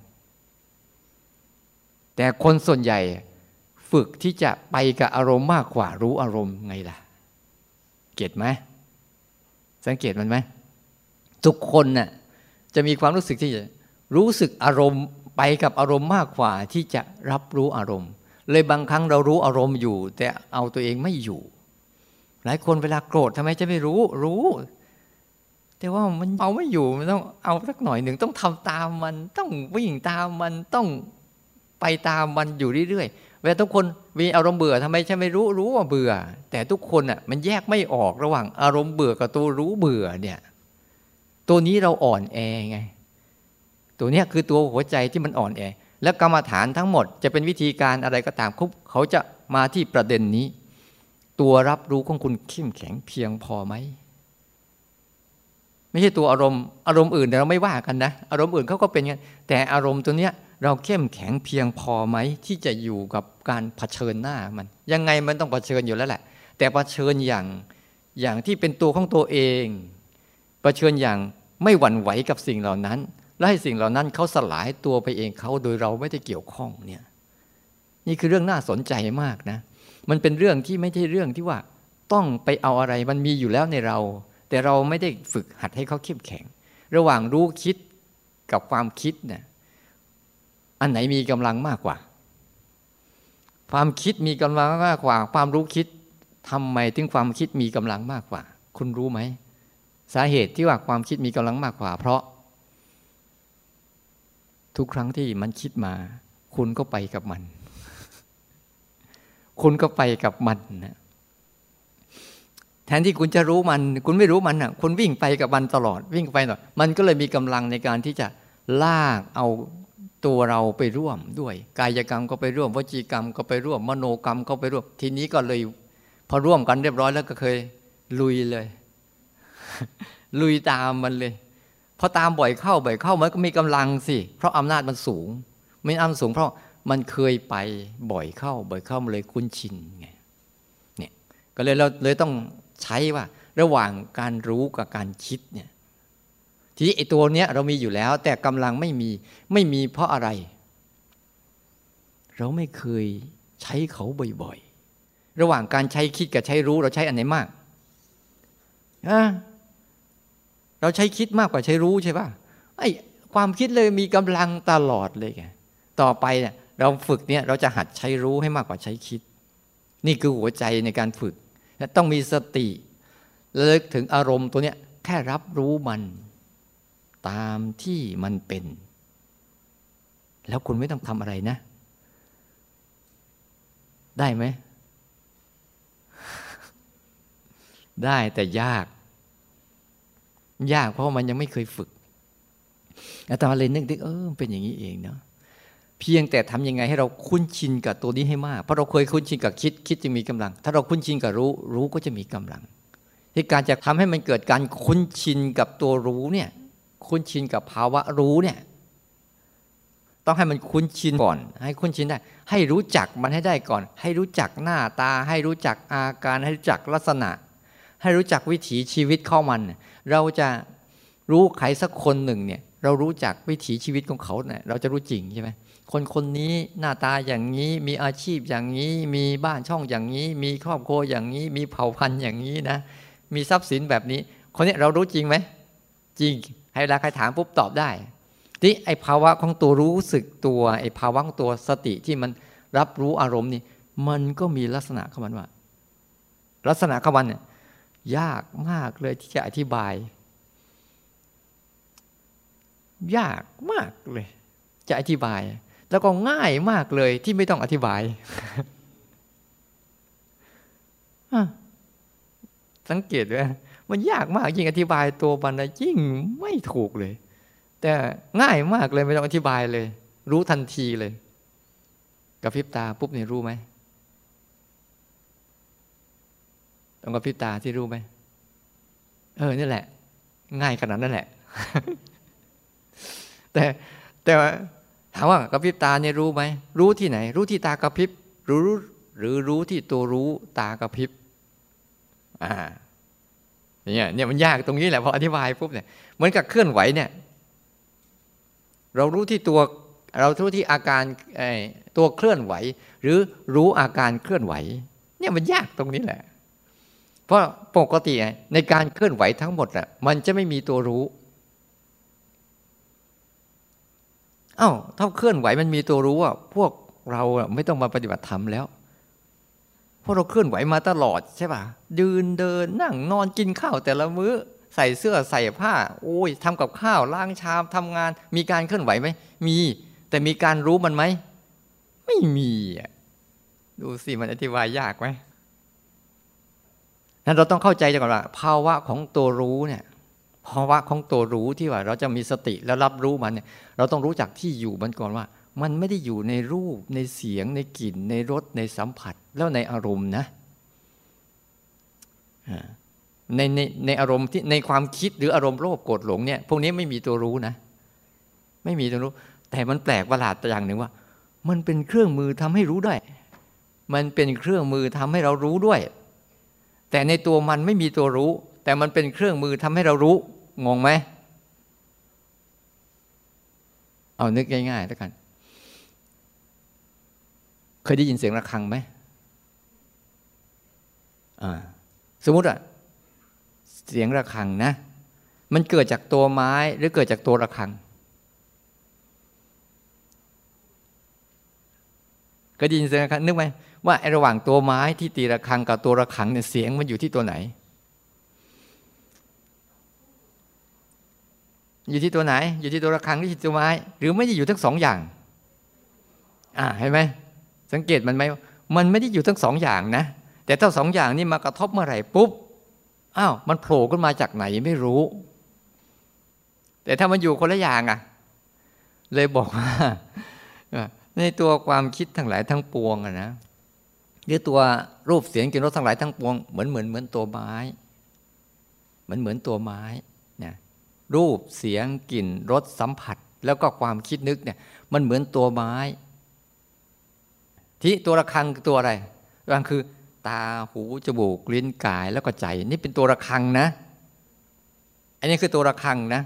แต่คนส่วนใหญ่ฝึกที่จะไปกับอารมณ์มากกว่ารู้อารมณ์ไงล่ะเก็ทไหมสังเกตมันไหมทุกคนน่ะจะมีความรู้สึกที่จะรู้สึกอารมณ์ไปกับอารมณ์มากกว่าที่จะรับรู้อารมณ์เลยบางครั้งเรารู้อารมณ์อยู่แต่เอาตัวเองไม่อยู่หลายคนเวลาโกรธทำไมจะไม่รู้แต่ว่ามันเอาไม่อยู่มันต้องเอาสักหน่อยหนึ่งต้องทำตามมันต้องวิ่งตามมันต้องไปตามมันอยู่เรื่อยๆเวลาทุกคนมีอารมณ์เบื่อทำไมฉันไม่รู้ว่าเบื่อแต่ทุกคนอ่ะมันแยกไม่ออกระหว่างอารมณ์เบื่อกับตัวรู้เบื่อเนี่ยตัวนี้เราอ่อนแอไงตัวเนี้ยคือตัวหัวใจที่มันอ่อนแอและกรรมฐานทั้งหมดจะเป็นวิธีการอะไรก็ตามเขาจะมาที่ประเด็นนี้ตัวรับรู้ของคุณเข้มแข็งเพียงพอไหมไม่ใช่ตัวอารมณ์อื่นเราไม่ว่ากันนะอารมณ์อื่นเขาก็เป็นกันแต่อารมณ์ตัวเนี้ยเราเข้มแข็งเพียงพอไหมที่จะอยู่กับการเผชิญหน้ามันยังไงมันต้องเผชิญอยู่แล้วแหละแต่เผชิญอย่างที่เป็นตัวของตัวเองเผชิญอย่างไม่หวั่นไหวกับสิ่งเหล่านั้นและให้สิ่งเหล่านั้นเขาสลายตัวไปเองเขาโดยเราไม่ได้เกี่ยวข้องเนี่ยนี่คือเรื่องน่าสนใจมากนะมันเป็นเรื่องที่ไม่ใช่เรื่องที่ว่าต้องไปเอาอะไรมันมีอยู่แล้วในเราแต่เราไม่ได้ฝึกหัดให้เขาเข้มแข็งระหว่างรู้คิดกับความคิดเนี่ยอันไหนมีกำลังมากกว่าความคิดมีกำลังมากกว่าความรู้คิดทำไมถึงความคิดมีกำลังมากกว่าคุณรู้ไหมสาเหตุที่ว่าความคิดมีกำลังมากกว่าเพราะทุกครั้งที่มันคิดมาคุณก็ไปกับมันคุณก็ไปกับมันนะแทนที่คุณจะรู้มันคุณไม่รู้มันอ่ะคุณวิ่งไปกับมันตลอดวิ่งไปตลอดมันก็เลยมีกำลังในการที่จะลากเอาตัวเราไปร่วมด้วยกายกรรมก็ไปร่วมวจีกรรมก็ไปร่วมมโนกรรมก็ไปร่วมทีนี้ก็เลยพอร่วมกันเรียบร้อยแล้วก็เคยลุยเลย ลุยตามมันเลยพอตามบ่อยเข้ามันก็มีกำลังสิเพราะอำนาจมันสูงไม่อำนาจสูงเพราะมันเคยไปบ่อยเข้ามันเลยคุ้นชินไงเนี่ยก็เลยเราเลยต้องใช้ว่าระหว่างการรู้กับการคิดเนี่ยทีนี้ไอ้ตัวเนี้ยเรามีอยู่แล้วแต่กำลังไม่มีเพราะอะไรเราไม่เคยใช้เขาบ่อยๆระหว่างการใช้คิดกับใช้รู้เราใช้อันไหนมากเราใช้คิดมากกว่าใช้รู้ใช่ป่ะไอ้ความคิดเลยมีกำลังตลอดเลยไงต่อไปเนี่ยเราฝึกเนี่ยเราจะหัดใช้รู้ให้มากกว่าใช้คิดนี่คือหัวใจในการฝึกต้องมีสติระลึกถึงอารมณ์ตัวเนี้ยแค่รับรู้มันตามที่มันเป็นแล้วคุณไม่ต้องทำอะไรนะได้ไหม ได้แต่ยากเพราะมันยังไม่เคยฝึกอาตมาเลยนึกเป็นอย่างนี้เองเนาะเพียงแต่ทำยังไงให้เราคุ้นชินกับตัวนี้ให้มากเพราะเราเคยคุ้นชินกับคิดจึงมีกำลังถ้าเราคุ้นชินกับรู้ก็จะมีกำลังที่การจะทำให้มันเกิดการคุ้นชินกับตัวรู้เนี่ยคุ้นชินกับภาวะรู้เนี่ยต้องให้มันคุ้นชินก่อนให้คุ้นชินได้ให้รู้จักมันให้ได้ก่อนให้รู้จักหน้าตาให้รู้จักอาการให้รู้จักลักษณะให้รู้จักวิถีชีวิตของมันเราจะรู้ใครสักคนหนึ่งเนี่ยเรารู้จักวิถีชีวิตของเขาเนี่ยเราจะรู้จริงใช่ไหมคนนี้หน้าตาอย่างนี้มีอาชีพอย่างนี้มีบ้านช่องอย่างนี้มีครอบครัวอย่างนี้มีเผ่าพันธุ์อย่างนี้นะมีทรัพย์สินแบบนี้คนนี้เรารู้จริงไหมจริงให้เวลาใครถามปุ๊บตอบได้ที่ไอภาวะของตัวรู้สึกตัวไอภาวะของตัวสติที่มันรับรู้อารมณ์นี่มันก็มีลักษณะของมันว่าลักษณะของมันเนี่ยยากมากเลยที่จะอธิบายยากมากเลยจะอธิบายแล้วก็ง่ายมากเลยที่ไม่ต้องอธิบาย สังเกตด้วยมันยากมากยิ่งอธิบายตัวมันยิ่งไม่ถูกเลยแต่ง่ายมากเลยไม่ต้องอธิบายเลยรู้ทันทีเลยกระพริบตาปุ๊บนี่รู้ไหมต้องกระพริบตาที่รู้ไหมนี่แหละง่ายขนาดนั้นแหละ แต่ถามว่ากระพริบตาเนี่ยรู้ไหมรู้ที่ไหนรู้ที่ตากระพริบรู้หรือรู้ที่ตัวรู้ตากระพริบเนี่ยมันยากตรงนี้แหละพออธิบายปุ๊บเนี่ยเหมือนกับเคลื่อนไหวเนี่ยเรารู้ที่ตัวเรารู้ที่อาการตัวเคลื่อนไหวหรือรู้อาการเคลื่อนไหวเนี่ยมันยากตรงนี้แหละเพราะปกติในการเคลื่อนไหวทั้งหมดมันจะไม่มีตัวรู้ถ้าเคลื่อนไหวมันมีตัวรู้พวกเราไม่ต้องมาปฏิบัติธรรมแล้วเพราะเราเคลื่อนไหวมาตลอดใช่ป่ะยืนเดินนั่งนอนกินข้าวแต่ละมื้อใส่เสื้อใส่ผ้าทำกับข้าวล้างชามทำงานมีการเคลื่อนไหวไหมมีแต่มีการรู้มันไหมไม่มีดูสิมันอธิบายยากไหมนั้นเราต้องเข้าใจก่อนว่าภาวะของตัวรู้เนี่ยภาวะของตัวรู้ที่ว่าเราจะมีสติแล้วรับรู้มันเนี่ยเราต้องรู้จักที่อยู่มันก่อนว่ามันไม่ได้อยู่ในรูปในเสียงในกลิ่นในรสในสัมผัสแล้วในอารมณ์นะในอารมณ์ที่ในความคิดหรืออารมณ์โลภโกรธหลงเนี่ยพวกนี้ไม่มีตัวรู้นะไม่มีตัวรู้แต่มันแปลกประหลาดอย่างหนึ่งว่ามันเป็นเครื่องมือทำให้รู้ได้มันเป็นเครื่องมือทำให้เรารู้ด้วยแต่ในตัวมันไม่มีตัวรู้แต่มันเป็นเครื่องมือทำให้เรารู้งงไหมเอานึกง่ายๆแล้วกันเคยได้ยินเสียงระฆังไหมสมมุติอะเสียงระฆังนะมันเกิดจากตัวไม้หรือเกิดจากตัวระฆังเคยได้ยินเสียงระฆังนึกไหมว่าระหว่างตัวไม้ที่ตีระฆังกับตัวระฆังเนี่ยเสียงมันอยู่ที่ตัวไหนอยู่ที่ตัวไหนอยู่ที่ตัวระฆังหรือที่ตัวไม้หรือไม่ได้อยู่ทั้งสองอย่างเห็นไหมสังเกตมันไหมมันไม่ได้อยู่ทั้งสองอย่างนะแต่ถ้าสองอย่างนี้มากระทบเมื่อไหร่ปุ๊บมันโผล่ขึ้นมาจากไหนไม่รู้แต่ถ้ามันอยู่คนละอย่างเลยบอกว่าในตัวความคิดทั้งหลายทั้งปวงนะหรือตัวรูปเสียงกลิ่นรสทั้งหลายทั้งปวงเหมือนตัวไม้เหมือนตัวไม้นะรูปเสียงกลิ่นรสสัมผัสแล้วก็ความคิดนึกเนี่ยมันเหมือนตัวไม้ที่ตัวระฆังคือตัวอะไรระฆังคือตาหูจมูกลิ้นกายแล้วก็ใจนี่เป็นตัวระฆังนะอันนี้คือตัวระฆังนะ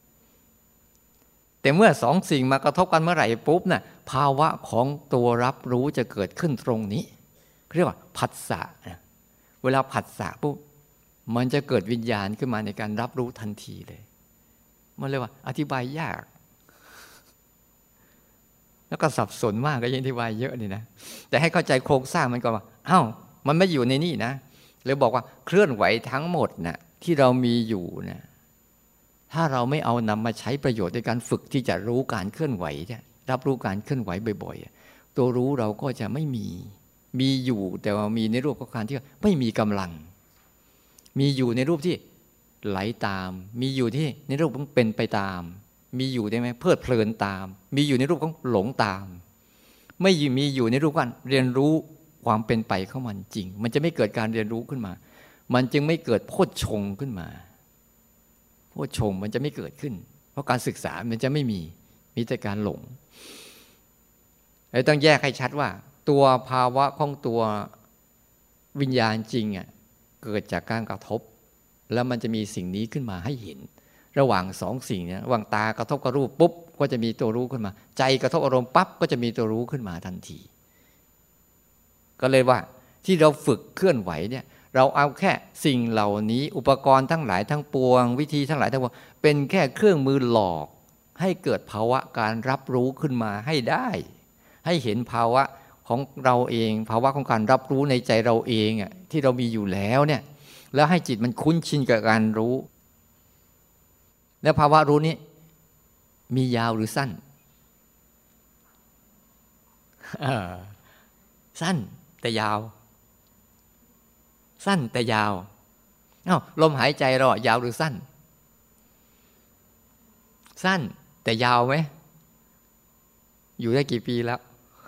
แต่เมื่อสองสิ่งมากระทบกันเมื่อไหร่ปุ๊บน่ะภาวะของตัวรับรู้จะเกิดขึ้นตรงนี้เรียกว่าผัสสะเวลาผัสสะปุ๊บมันจะเกิดวิญญาณขึ้นมาในการรับรู้ทันทีเลยมันเรียกว่าอธิบายยากแล้วก็สับสนมากก็ยังอธิบายเยอะนี่นะแต่ให้เข้าใจโครงสร้างมันก่อนว่ามันไม่อยู่ในนี่นะเลยบอกว่าเคลื่อนไหวทั้งหมดนะที่เรามีอยู่นะถ้าเราไม่เอานำมาใช้ประโยชน์ในการฝึกที่จะรู้การเคลื่อนไหวรับรู้การเคลื่อนไหวบ่อยๆตัวรู้เราก็จะไม่มีอยู่แต่ว่ามีในรูปของการที่ไม่มีกำลังมีอยู่ในรูปที่ไหลตามมีอยู่ที่ในรูปของเป็นไปตามมีอยู่ได้ไหมเพลิดเพลินตามมีอยู่ในรูปของหลงตามไม่มีอยู่ในรูปการเรียนรู้ความเป็นไปของมันจริงมันจะไม่เกิดการเรียนรู้ขึ้นมามันจึงไม่เกิดโพชฌงค์ขึ้นมาโพชฌงค์มันจะไม่เกิดขึ้นเพราะการศึกษามันจะไม่มีแต่การหลงเราต้องแยกให้ชัดว่าตัวภาวะของตัววิญญาณจริงเกิดจากการกระทบแล้วมันจะมีสิ่งนี้ขึ้นมาให้เห็นระหว่างสองสิ่งเนี่ยระหว่างตากระทบกับรูปปุ๊บก็จะมีตัวรู้ขึ้นมาใจกระทบอารมณ์ปั๊บก็จะมีตัวรู้ขึ้นมาทันทีก็เลยว่าที่เราฝึกเคลื่อนไหวเนี่ยเราเอาแค่สิ่งเหล่านี้อุปกรณ์ทั้งหลายทั้งปวงวิธีทั้งหลายทั้งปวงเป็นแค่เครื่องมือหลอกให้เกิดภาวะการรับรู้ขึ้นมาให้ได้ให้เห็นภาวะของเราเองภาวะของการรับรู้ในใจเราเองที่เรามีอยู่แล้วเนี่ยแล้วให้จิตมันคุ้นชินกับการรู้แล้วภาวะรู้นี้มียาวหรือสั้นสั้นแต่ยาวสั้นแต่ยาวลมหายใจเรายาวหรือสั้นสั้นแต่ยาวไหมอยู่ได้กี่ปีแล้ว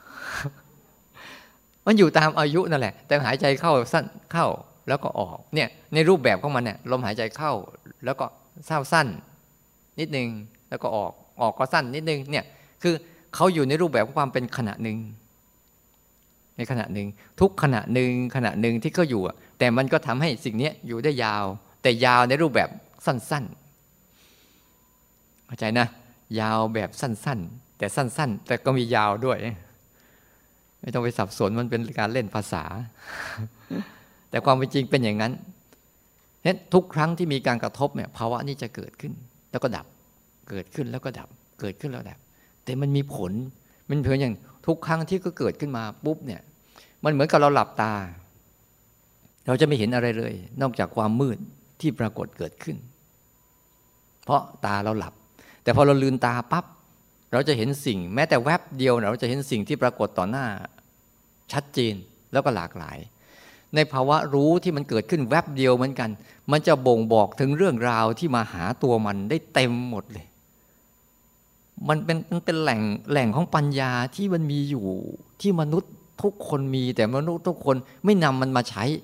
มันอยู่ตามอายุนั่นแหละแต่หายใจเข้าสั้นเข้าแล้วก็ออกเนี่ยในรูปแบบของมันเนี่ยลมหายใจเข้าแล้วก็สั้นนิดนึงแล้วก็ออกก็สั้นนิดนึงเนี่ยคือเขาอยู่ในรูปแบบของความเป็นขณะหนึ่งในขณะหนึ่งทุกขณะหนึ่งที่เขาอยู่แต่มันก็ทำให้สิ่งนี้อยู่ได้ยาวแต่ยาวในรูปแบบสั้นๆเข้าใจนะยาวแบบสั้นๆแต่สั้นๆแต่ก็มียาวด้วยไม่ต้องไปสับสนมันเป็นการเล่นภาษาแต่ความเป็นจริงเป็นอย่างนั้นเนี่ยทุกครั้งที่มีการกระทบเนี่ยภาวะนี้จะเกิดขึ้นแล้วก็ดับเกิดขึ้นแล้วก็ดับเกิดขึ้นแล้วดับแต่มันมีผลมันเพียงอย่างทุกครั้งที่ก็เกิดขึ้นมาปุ๊บเนี่ยมันเหมือนกับเราหลับตาเราจะไม่เห็นอะไรเลยนอกจากความมืดที่ปรากฏเกิดขึ้นเพราะตาเราหลับแต่พอเราลืมตาปั๊บเราจะเห็นสิ่งแม้แต่แวบเดียวเราจะเห็นสิ่งที่ปรากฏต่อหน้าชัดเจนแล้วก็หลากหลายในภาวะรู้ที่มันเกิดขึ้นแวบเดียวเหมือนกันมันจะบ่งบอกถึงเรื่องราวที่มาหาตัวมันได้เต็มหมดเลยมันเป็นแหล่งของปัญญาที่มันมีอยู่ที่มนุษย์ทุกคนมีแต่มนุษย์ทุกคนไม่นำมันมาใช้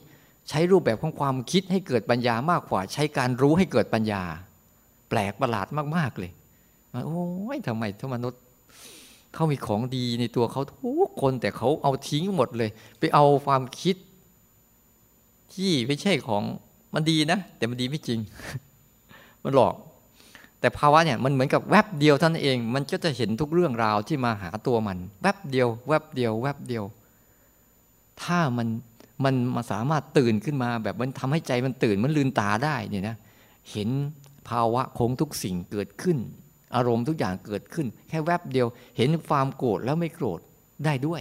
ใช้รูปแบบของความคิดให้เกิดปัญญามากกว่าใช้การรู้ให้เกิดปัญญาแปลกประหลาดมากๆเลยโอ้ยทำไมมนุษย์เขามีของดีในตัวเขาทุกคนแต่เขาเอาทิ้งหมดเลยไปเอาความคิดที่ไม่ใช่ของมันดีนะแต่มันดีไม่จริง มันหลอกแต่ภาวะเนี่ยมันเหมือนกับแวบเดียวเท่านั้นเองมันก็จะเห็นทุกเรื่องราวที่มาหาตัวมันแวบเดียวแวบเดียวแวบเดียวถ้ามันมาสามารถตื่นขึ้นมาแบบมันทำให้ใจมันตื่นมันลืมตาได้เนี่ยนะเห็นภาวะของทุกสิ่งเกิดขึ้นอารมณ์ทุกอย่างเกิดขึ้นแค่แวบเดียวเห็นความโกรธแล้วไม่โกรธได้ด้วย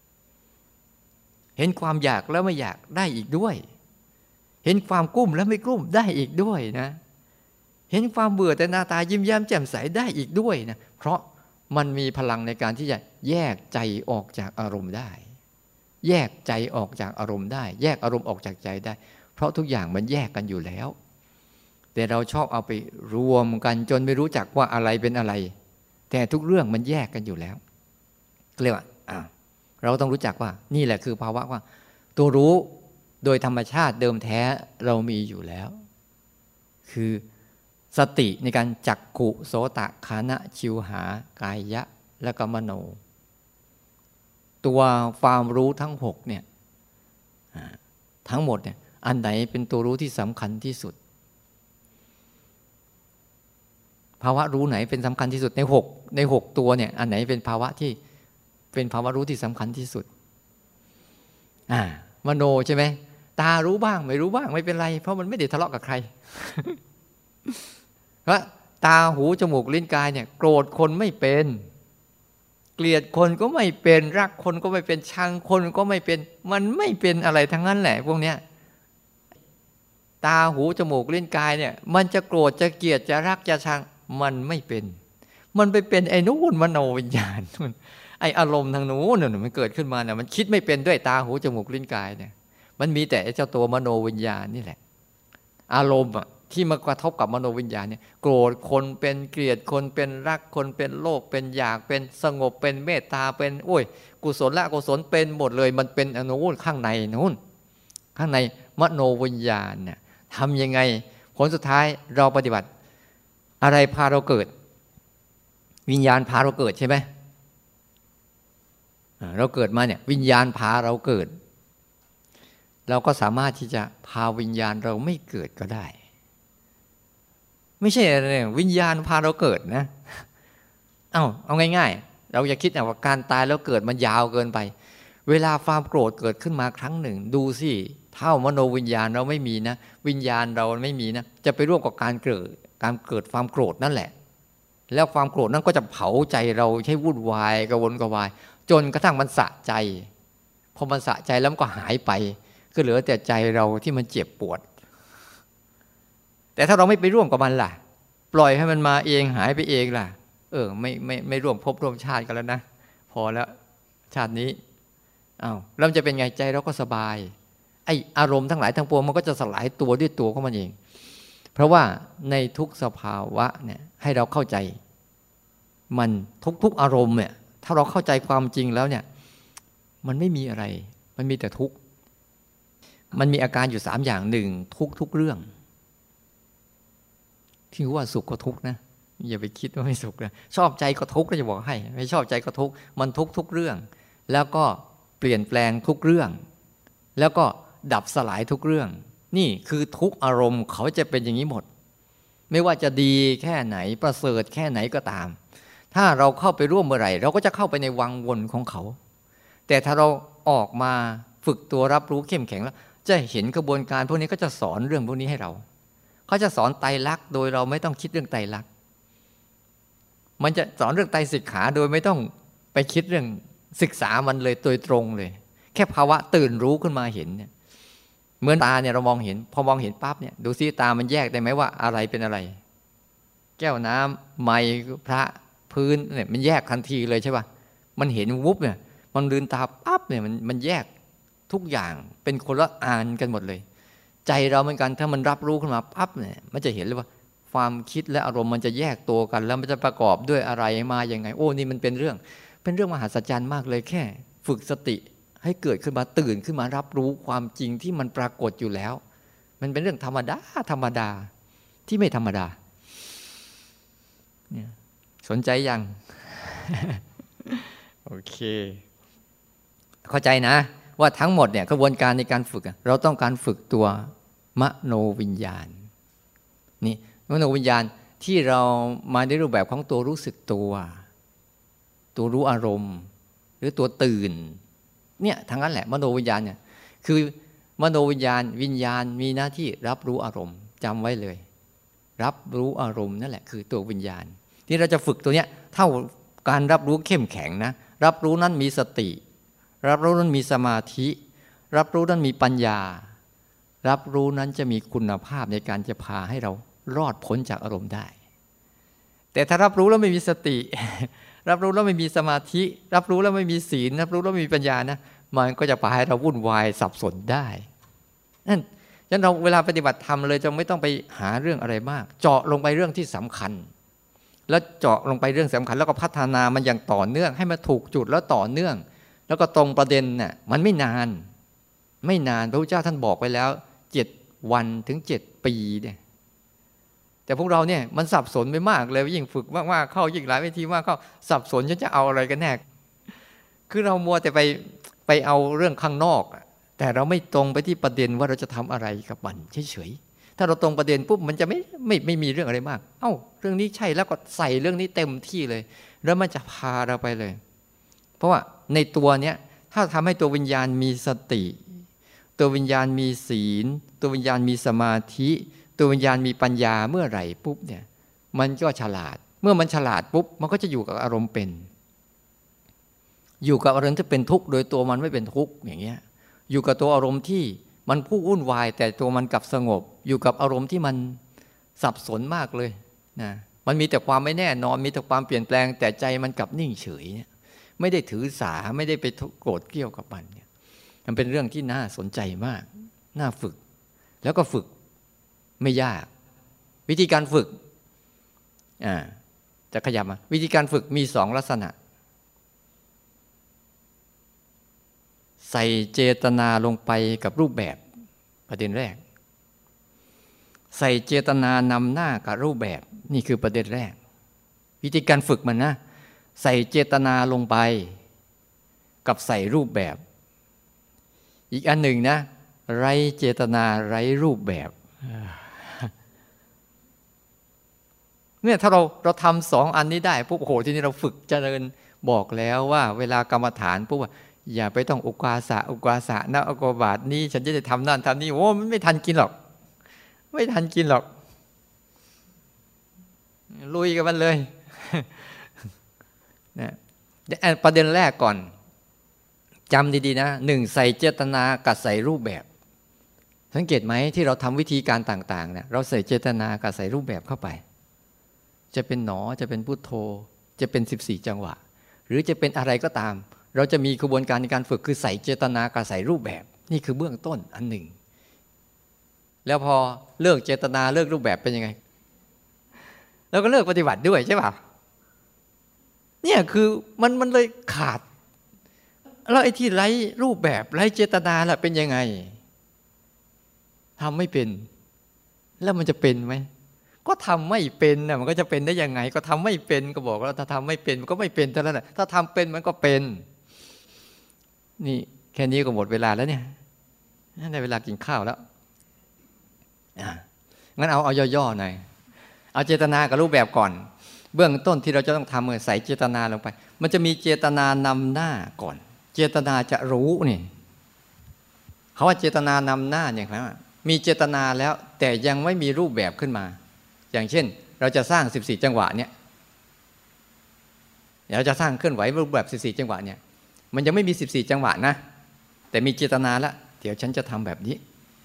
เห็นความอยากแล้วไม่อยากได้อีกด้วยเห็นความกุ้มแล้วไม่กุ้มได้อีกด้วยนะเห็นความเบื่อแต่หน้าตายิ้มแย้มแจ่มใสได้อีกด้วยนะเพราะมันมีพลังในการที่จะแยกใจออกจากอารมณ์ได้แยกใจออกจากอารมณ์ได้แยกอารมณ์ออกจากใจได้เพราะทุกอย่างมันแยกกันอยู่แล้วแต่เราชอบเอาไปรวมกันจนไม่รู้จักว่าอะไรเป็นอะไรแต่ทุกเรื่องมันแยกกันอยู่แล้วเรียกว่าเราต้องรู้จักว่านี่แหละคือภาวะว่าตัวรู้โดยธรรมชาติเดิมแท้เรามีอยู่แล้วคือสติในการจักขุโสตคานะชิวหากายะและก็มโนตัวความรู้ทั้ง6เนี่ยทั้งหมดเนี่ยอันไหนเป็นตัวรู้ที่สำคัญที่สุดภาวะรู้ไหนเป็นสำคัญที่สุดใน6ตัวเนี่ยอันไหนเป็นภาวะที่เป็นภาวะรู้ที่สำคัญที่สุดมโนใช่ไหมตารู้บ้างไม่รู้บ้างไม่เป็นไรเพราะมันไม่ได้ทะเลาะกับใคร เพราะตาหูจมูกลิ้นกายเนี่ยโกรธคนไม่เป็นเกลียดคนก็ไม่เป็นรักคนก็ไม่เป็นชังคนก็ไม่เป็นมันไม่เป็นอะไรทั้งนั้นแหละพวกเนี้ยตาหูจมูกลิ้นกายเนี่ยมันจะโกรธจะเกลียดจะรักจะชังมันไม่เป็นมันไปเป็นไอ้นู่นมโนวิญญาณนู่นไอ้อารมณ์ทางนู้นมันเกิดขึ้นมาเนี่ยมันคิดไม่เป็นด้วยตาหูจมูกลิ้นกายเนี่ยมันมีแต่เจ้าตัวมโนวิญญาณนี่แหละอารมณ์ที่มากระทบกับมโนวิญญาณเนี่ยโกรธคนเป็นเกลียดคนเป็นรักคนเป็นโลภเป็นอยากเป็นสงบเป็นเมตตาเป็นกุศลละกุศลเป็นหมดเลยมันเป็นอนุนข้างในนู้นข้างในมโนวิญญาณเนี่ยทำยังไงผลสุดท้ายเราปฏิบัติอะไรพาเราเกิดวิญญาณพาเราเกิดใช่ไหมเราเกิดมาเนี่ยวิญญาณพาเราเกิดเราก็สามารถที่จะพาวิญญาณเราไม่เกิดก็ได้ไม่ใช่อะไรวิญญาณพาเราเกิดนะเอาง่ายๆเราอย่าคิดว่าการตายแล้วเกิดมันยาวเกินไปเวลาความโกรธเกิดขึ้นมาครั้งหนึ่งดูสิเท่ามโนวิญญาณเราไม่มีนะวิญญาณเราไม่มีนะจะไปร่วมกับการเกิดความโกรธนั่นแหละแล้วความโกรธนั้นก็จะเผาใจเราให้วุ่นวายกระวนกระวายจนกระทั่งมันสะใจพอมันสะใจแล้วมันก็หายไปก็เหลือแต่ใจเราที่มันเจ็บปวดแต่ถ้าเราไม่ไปร่วมกับมันล่ะปล่อยให้มันมาเองหายไปเองล่ะไม่ร่วมภพร่วมชาติกันแล้วนะพอแล้วชาตินี้แล้วจะเป็นไงใจเราก็สบายไอ้อารมณ์ทั้งหลายทั้งปวงมันก็จะสลายตัวด้วยตัวของมันเองเพราะว่าในทุกสภาวะเนี่ยให้เราเข้าใจมันทุกอารมณ์เนี่ยถ้าเราเข้าใจความจริงแล้วเนี่ยมันไม่มีอะไรมันมีแต่ทุกข์มันมีอาการอยู่3อย่าง1ทุกเรื่องที่ว่าสุขก็ทุกข์นะอย่าไปคิดว่าไม่สุขนะชอบใจก็ทุกข์ก็จะบอกให้ไม่ชอบใจก็ทุกข์มันทุกเรื่องแล้วก็เปลี่ยนแปลงทุกเรื่องแล้วก็ดับสลายทุกเรื่องนี่คือทุกอารมณ์เขาจะเป็นอย่างนี้หมดไม่ว่าจะดีแค่ไหนประเสริฐแค่ไหนก็ตามถ้าเราเข้าไปร่วมเมื่อไหร่เราก็จะเข้าไปในวังวนของเขาแต่ถ้าเราออกมาฝึกตัวรับรู้เข้มแข็งแล้วจะเห็นกระบวนการพวกนี้ก็จะสอนเรื่องพวกนี้ให้เราเขาจะสอนไตรลักษณ์โดยเราไม่ต้องคิดเรื่องไตรลักษณ์มันจะสอนเรื่องไตรสิกขาโดยไม่ต้องไปคิดเรื่องศึกษามันเลยโดยตรงเลยแค่ภาวะตื่นรู้ขึ้นมาเห็นเนี่ยเหมือนตาเนี่ยเรามองเห็นพอมองเห็นปั๊บเนี่ยดูซิตามันแยกได้ไหมว่าอะไรเป็นอะไรแก้วน้ำไม้พระพื้นเนี่ยมันแยกทันทีเลยใช่ป่ะมันเห็นวุบเนี่ยมันลืมตาปั๊บเนี่ยมันแยกทุกอย่างเป็นคนละอ่านกันหมดเลยใจเราเหมือนกันถ้ามันรับรู้ขึ้นมาปั๊บเนี่ยมันจะเห็นเลยว่าความคิดและอารมณ์มันจะแยกตัวกันแล้วมันจะประกอบด้วยอะไรมาอย่างไงนี่มันเป็นเรื่องมหัศจรรย์มากเลยแค่ฝึกสติใให้เกิดขึ้นมาตื่นขึ้นมารับรู้ความจริงที่มันปรากฏอยู่แล้วมันเป็นเรื่องธรรมดาที่ไม่ธรรมดาเนี่ยสนใจยัง โอเคเข้าใจนะว่าทั้งหมดเนี่ยกระบวนการในการฝึกเราต้องการฝึกตัวมโนวิญญาณนี่มโนวิญญาณที่เรามาในรูปแบบของตัวรู้สึกตัวรู้อารมณ์หรือตัวตื่นเนี่ยทั้งนั้นแหละมโนวิญญาณเนี่ยคือมโนวิญญาณมีหน้าที่รับรู้อารมณ์จำไว้เลยรับรู้อารมณ์นั่นแหละคือตัววิญญาณที่เราจะฝึกตัวเนี้ยเท่าการรับรู้เข้มแข็งนะรับรู้นั้นมีสติรับรู้นั้นมีสมาธิรับรู้นั้นมีปัญญารับรู้นั้นจะมีคุณภาพในการจะพาให้เรารอดพ้นจากอารมณ์ได้แต่ถ้ารับรู้แล้วไม่มีสติ รับรู้แล้วไม่มีสมาธิรับรู้แล้วไม่มีศีลรับรู้แล้วไม่มีปัญญานะมันก็จะพาให้เราวุ่นวายสับสนได้นั่นฉะนั้นเราเวลาปฏิบัติธรรมเลยจะไม่ต้องไปหาเรื่องอะไรมากเจาะลงไปเรื่องที่สำคัญแล้วเจาะลงไปเรื่องสำคัญแล้วก็พัฒนามันอย่างต่อเนื่องให้มันถูกจุดแล้วต่อเนื่องแล้วก็ตรงประเด็นน่ะมันไม่นานพระพุทธเจ้าท่านบอกไปแล้ว7 วันถึง7 ปีเนี่ยแต่พวกเราเนี่ยมันสับสนไปมากเลยยิ่งฝึกมากๆเข้ายิ่งหลายวิธีมากเข้าสับสนฉันจะเอาอะไรกันแน่คือเรามัวแต่ไปเอาเรื่องข้างนอกแต่เราไม่ตรงไปที่ประเด็นว่าเราจะทำอะไรกับมันเฉยๆถ้าเราตรงประเด็นปุ๊บมันจะไม่มีเรื่องอะไรมากเอ้าเรื่องนี้ใช่แล้วก็ใส่เรื่องนี้เต็มที่เลยแล้วมันจะพาเราไปเลยเพราะว่าในตัวเนี้ยถ้าทำให้ตัววิญญาณมีสติตัววิญญาณมีศีลตัววิญญาณมีสมาธิตัววิญญาณมีปัญญาเมื่อไหร่ปุ๊บเนี่ยมันก็ฉลาดเมื่อมันฉลาดปุ๊บมันก็จะอยู่กับอารมณ์เป็นอยู่กับอารมณ์ที่เป็นทุกข์โดยตัวมันไม่เป็นทุกข์อย่างเงี้ยอยู่กับตัวอารมณ์ที่มันพุ่งวุ่นวายแต่ตัวมันกลับสงบอยู่กับอารมณ์ที่มันสับสนมากเลยนะมันมีแต่ความไม่แน่นอนมีแต่ความเปลี่ยนแปลงแต่ใจมันกลับนิ่งเฉยเนี่ยไม่ได้ถือสาไม่ได้ไปโกรธเกรี้ยวกับมันเนี่ยมันเป็นเรื่องที่น่าสนใจมากน่าฝึกแล้วก็ฝึกไม่ยากวิธีการฝึกจะขยับมาวิธีการฝึกมี2 ลักษณะใส่เจตนาลงไปกับรูปแบบประเด็นแรกใส่เจตนานำหน้ากับรูปแบบนี่คือประเด็นแรกวิธีการฝึกมันนะใส่เจตนาลงไปกับใส่รูปแบบอีกอันหนึ่งนะไร้เจตนาไร้รูปแบบเนี่ยถ้าเราทำ2 อันนี้ได้ปุ๊บโอ้โหทีนี้เราฝึกเจริญบอกแล้วว่าเวลากรรมฐานปุ๊บอย่าไปต้องอุกาสะนะอุกบาทนี้ฉันจะได้ทำนั่นทำนี่โอ้มันไม่ทันกินหรอกลุยกับมันเลยนะประเด็นแรกก่อนจำดีๆนะ1ใส่เจตนากับใส่รูปแบบสังเกตไหมที่เราทำวิธีการต่างๆเนี่ยเราใส่เจตนากับใส่รูปแบบเข้าไปจะเป็นหนอจะเป็นพุทโธจะเป็น14 จังหวะหรือจะเป็นอะไรก็ตามเราจะมีกระบวนการในการฝึกคือใส่เจตนากับใส่รูปแบบนี่คือเบื้องต้นอันหนึ่งแล้วพอเลิกเจตนาเลิกรูปแบบเป็นยังไงเราก็เลิกปฏิบัติด้วยใช่ป่ะเนี่ยคือมันเลยขาดแล้วไอ้ที่ไร้รูปแบบไร้เจตนาล่ะเป็นยังไงทำไม่เป็นแล้วมันจะเป็นไหมก็ทำไม่เป็นนะมันก็จะเป็นได้ยังไงก็ทำไม่เป็นก็บอกแล้วถ้าทำไม่เป็นมันก็ไม่เป็นเท่านั้นแหละถ้าทำเป็นมันก็เป็นนี่แค่นี้ก็หมดเวลาแล้วเนี่ยได้เวลากินข้าวแล้วงั้นเอาย่อๆหน่อยเอาเจตนากับรูปแบบก่อนเบื้องต้นที่เราจะต้องทำใส่เจตนาลงไปมันจะมีเจตนานำหน้าก่อนเจตนาจะรู้นี่เขาว่าเจตนานำหน้าอย่างไรมีเจตนาแล้วแต่ยังไม่มีรูปแบบขึ้นมาอย่างเช่นเราจะสร้าง14 จังหวะเนี่ยเราจะสร้างเคลื่อนไหวรูปแบบ14 จังหวะเนี่ยมันยังไม่มี14 จังหวะนะแต่มีเจตนาแล้วเดี๋ยวฉันจะทำแบบนี้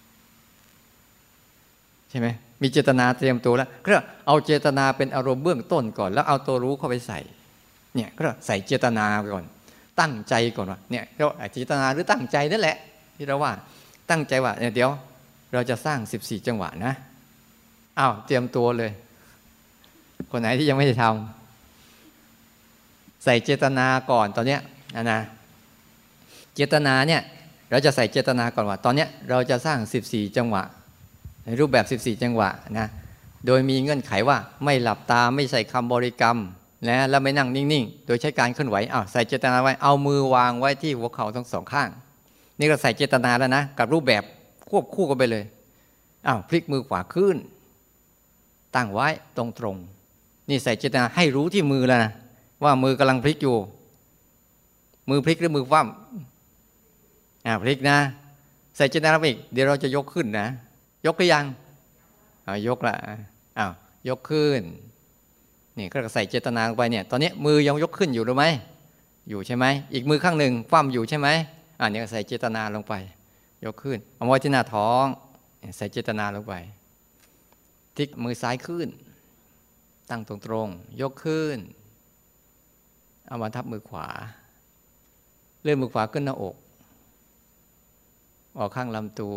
ใช่ไหมมีเจตนาเตรียมตัวแล้วก็เอาเจตนาเป็นอารมณ์เบื้องต้นก่อนแล้วเอาตัวรู้เข้าไปใส่เนี่ยก็ใส่เจตนาก่อนตั้งใจก่อนว่าเนี่ยเราเจตนาหรือตั้งใจนั่นแหละที่เราว่าตั้งใจว่าเดี๋ยวเราจะสร้าง14 จังหวะนะอ้าวเตรียมตัวเลยคนไหนที่ยังไม่ได้ทำใส่เจตนาก่อนตอนเนี้ยนะเจตนาเนี่ยเราจะใส่เจตนาก่อนว่าตอนนี้เราจะสร้าง14จังหวะในรูปแบบ14จังหวะนะโดยมีเงื่อนไขว่าไม่หลับตาไม่ใส่คำบริกรรมนะแล้วไม่นั่งนิ่งๆโดยใช้การเคลื่อนไหวใส่เจตนาไว้เอามือวางไว้ที่หัวเข่าทั้งสองข้างนี่ก็ใส่เจตนาแล้วนะกับรูปแบบควบคู่กันไปเลยพลิกมือขวาขึ้นตั้งไว้ตรงๆนี่ใส่เจตนาให้รู้ที่มือแล้วนะว่ามือกำลังพลิกอยู่มือพลิกหรือมือคว่ำพลิกนะใส่เจตนาไปอีกเดี๋ยวเราจะยกขึ้นนะยกหรือยังยกละยกขึ้นนี่ก็ใส่เจตนาลงไปเนี่ยตอนนี้มือยังยกขึ้นอยู่หรือไม่อยู่ใช่ไหมอีกมือข้างหนึ่งคว่ำอยู่ใช่ไหมนี่ก็ใส่เจตนาลงไปยกขึ้นเอาไว้ที่หน้าท้องใส่เจตนาลงไปพลิกมือซ้ายขึ้นตั้งตรงๆยกขึ้นเอามาทับมือขวาเลื่อนมือขวาขึ้นหน้าอกออกข้างลำตัว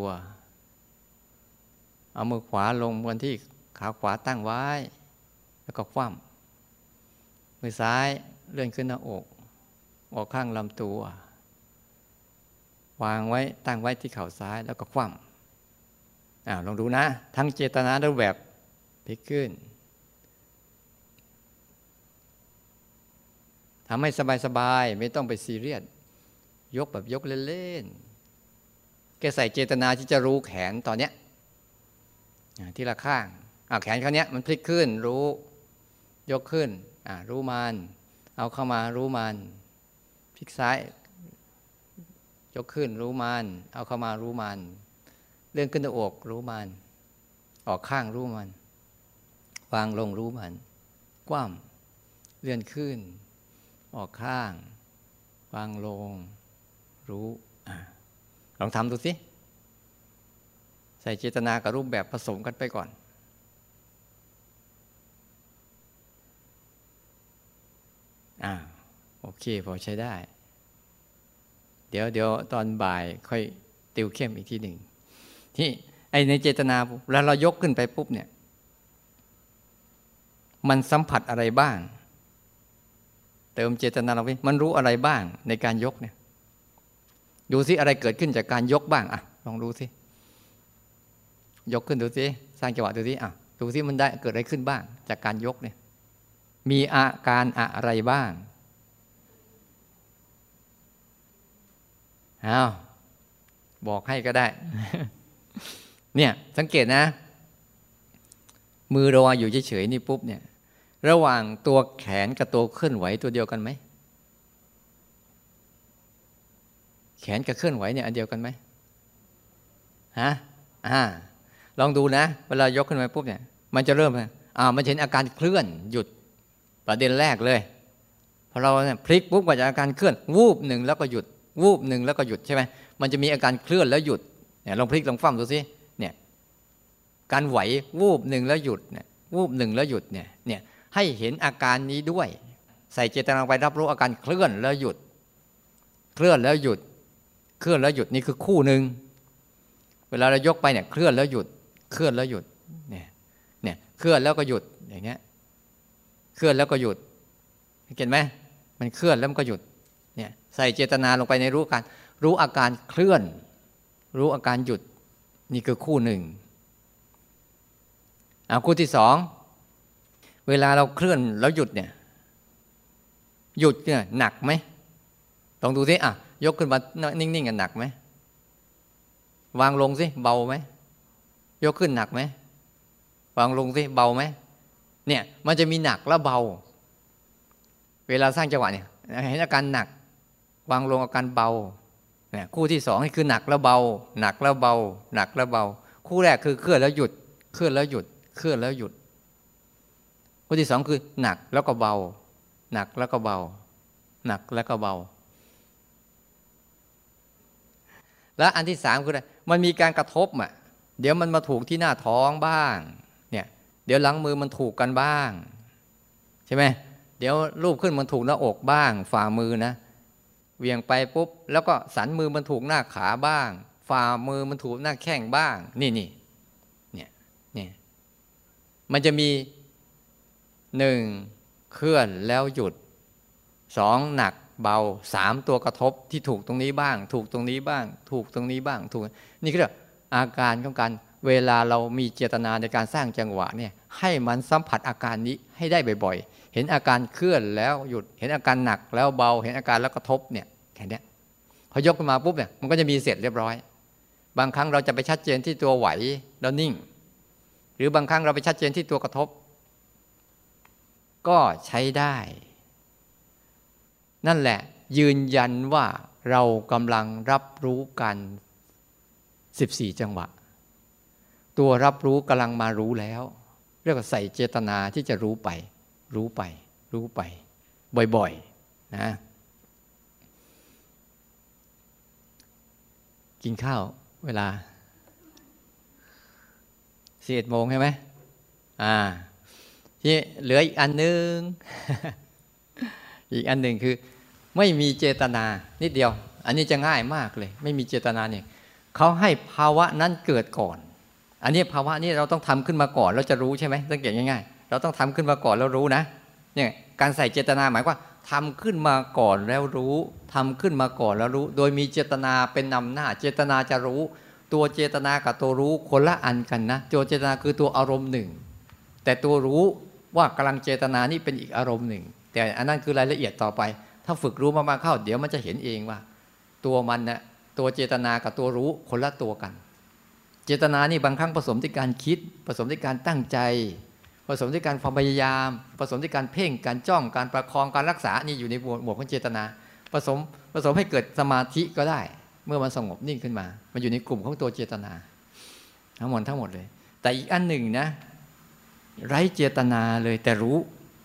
เอามือขวาลงบนที่ขาขวาตั้งไว้แล้วก็คว่ำมือซ้ายเลื่อนขึ้นหน้าอกออกข้างลำตัววางไว้ตั้งไว้ที่เข่าซ้ายแล้วก็คว่ำลองดูนะทั้งเจตนารูปแบบพลิกขึ้นทำให้สบายๆไม่ต้องไปซีเรียสยกแบบยกเล่นๆแกใส่เจตนาที่จะรู้แขนตอนเนี้ยที่ละข้างแขนเขาเนี้ยมันพลิกขึ้นรู้ยกขึ้นรู้มันเอาเข้ามารู้มันพลิกซ้ายยกขึ้นรู้มันเอาเข้ามารู้มันเลื่อนขึ้นหน้าอกรู้มันออกข้างรู้มันวางลงรู้มันคว่ำเลื่อนขึ้นออกข้างวางลงรู้ลองทำดูสิใส่เจตนากับรูปแบบผสมกันไปก่อนโอเคพอใช้ได้เดี๋ยวตอนบ่ายค่อยติวเข้มอีกทีหนึ่งที่ในเจตนาแล้วเรายกขึ้นไปปุ๊บเนี่ยมันสัมผัสอะไรบ้างเติมเจตนาเราไปมันรู้อะไรบ้างในการยกเนี่ยดูสิอะไรเกิดขึ้นจากการยกบ้างลองดูสิยกขึ้นดูสิสร้างจังหวะดูสิดูสิมันได้เกิดอะไรขึ้นบ้างจากการยกเนี่ยมีอาการอะไรบ้างบอกให้ก็ได้ เนี่ยสังเกตนะมือเราอยู่เฉยๆนี่ปุ๊บเนี่ยระหว่างตัวแขนกับตัวเคลื่อนไหวตัวเดียวกันไหมแขนกับเคลื่อนไหวเนี่ยอันเดียวกันไหมลองดูนะเวลายกขึ้นมาปุ๊บเนี่ยมันจะเริ่มมันเห็นอาการเคลื่อนหยุดประเด็นแรกเลยพอเราเนี่ยพลิกปุ๊บก็จะอาการเคลื่อนวูบหนึ่งแล้วก็หยุดวูบหนึ่งแล้วก็หยุดใช่ไหมมันจะมีอาการเคลื่อนแล้วหยุดเนี่ยลองพลิกลองฟั่มดูสิเนี่ยการไหววูบหนึ่งแล้วหยุดเนี่ยวูบหนึ่งแล้วหยุดเนี่ยให้เห็นอาการนี้ด้วยใส่เจตนาไปรับรู้อาการเคลื่อนแล้วหยุดเคลื่อนแล้วหยุดเคลื่อนแล้วหยุดนี่คือคู่หนึ่งเวลาเรายกไปเนี่ยเคลื่อนแล้วหยุดเคลื่อนแล้วหยุดเนี่ยเคลื่อนแล้วก็หยุดอย่างเงี้ยเคลื่อนแล้วก็หยุดเห็นไหมมันเคลื่อนแล้วมันก็หยุดเนี่ยใส่เจตนาลงไปในรู้อาการเคลื่อนรู้อาการหยุดนี่คือคู่หนึ่งคู่ที่สองเวลาเราเคลื่อนแล้วหยุดเนี่ยหยุดเนี่ยหนักไหมลองดูสิยกขึ้นมานิ่งๆกันหนักไหมวางลงสิเบาไหมยกขึ้นหนักไหมวางลงสิเบาไหมเนี่ยมันจะมีหนักและเบาเวลาสร้างจังหวะเนี่ยเห็นอาการหนักวางลงอาการเบาเนี่ยคู่ที่สองนี่คือหนักแล้วเบาหนักแล้วเบาหนักแล้วเบาคู่แรกคือเคลื่อนแล้วหยุดเคลื่อนแล้วหยุดเคลื่อนแล้วหยุดคู่ที่สองคือหนักแล้วก็เบาหนักแล้วก็เบาหนักแล้วก็เบาและอันที่สามคืออะไรมันมีการกระทบเดี๋ยวมันมาถูกที่หน้าท้องบ้างเนี่ยเดี๋ยวหลังมือมันถูกกันบ้างใช่ไหมเดี๋ยวรูปขึ้นมันถูกหน้าอกบ้างฝ่ามือนะเวียงไปปุ๊บแล้วก็สันมือมันถูกหน้าขาบ้างฝ่ามือมันถูกหน้าแข้งบ้างเนี่ยมันจะมี1เคลื่อนแล้วหยุด2หนักเบา3ตัวกระทบที่ถูกตรงนี้บ้างถูกตรงนี้บ้างถูกตรงนี้บ้างถูกนี่คืออาการของการเวลาเรามีเจตนาในการสร้างจังหวะเนี่ยให้มันสัมผัสอาการนี้ให้ได้บ่อยๆเห็นอาการเคลื่อนแล้วหยุดเห็นอาการหนักแล้วเบาเห็นอาการแล้วกระทบเนี่ยแค่นี้พอยกขึ้นมาปุ๊บเนี่ยมันก็จะมีเสร็จเรียบร้อยบางครั้งเราจะไปชัดเจนที่ตัวไหวแล้วนิ่งหรือบางครั้งเราไปชัดเจนที่ตัวกระทบก็ใช้ได้นั่นแหละยืนยันว่าเรากำลังรับรู้กัน14จังหวะตัวรับรู้กำลังมารู้แล้วเรียกว่าใส่เจตนาที่จะรู้ไปรู้ไปรู้ไปบ่อยๆนะกินข้าวเวลา11 โมงใช่ไหมที่เหลืออีกอันนึง อีกอันหนึ่งคือไม่มีเจตนานิดเดียวอันนี้จะง่ายมากเลยไม่มีเจตนาเนี่ยเขาให้ภาวะนั้นเกิดก่อนอันนี้ภาวะนี้เราต้องทำขึ้นมาก่อนเราจะรู้ใช่ไหมสังเกตง่ายๆเราต้องทำขึ้นมาก่อนแล้วรู้นะเนี่ยการใส่เจตนาหมายว่าทำขึ้นมาก่อนแล้วรู้ทำขึ้นมาก่อนแล้วรู้โดยมีเจตนาเป็นนำหน้าเจตนาจะรู้ตัวเจตนากับตัวรู้คนละอันกันนะตัวเจตนาคือตัวอารมณ์หนึ่งแต่ตัวรู้ว่ากำลังเจตนานี่เป็นอีกอารมณ์หนึ่งแต่อันนั้นคือรายละเอียดต่อไปถ้าฝึกรู้มากๆเข้าเดี๋ยวมันจะเห็นเองว่าตัวมันนะตัวเจตนากับตัวรู้คนละตัวกันเจตนานี่บางครั้งผสมที่การคิดผสมที่การตั้งใจผสมที่การความพยายามผสมที่การเพ่งการจ้องการประคองการรักษานี่อยู่ในหมวดของเจตนาผสมให้เกิดสมาธิก็ได้เมื่อมันสงบนิ่งขึ้นมามันอยู่ในกลุ่มของตัวเจตนาทั้งหมดเลยแต่อีกอันหนึ่งนะไร้เจตนาเลยแต่รู้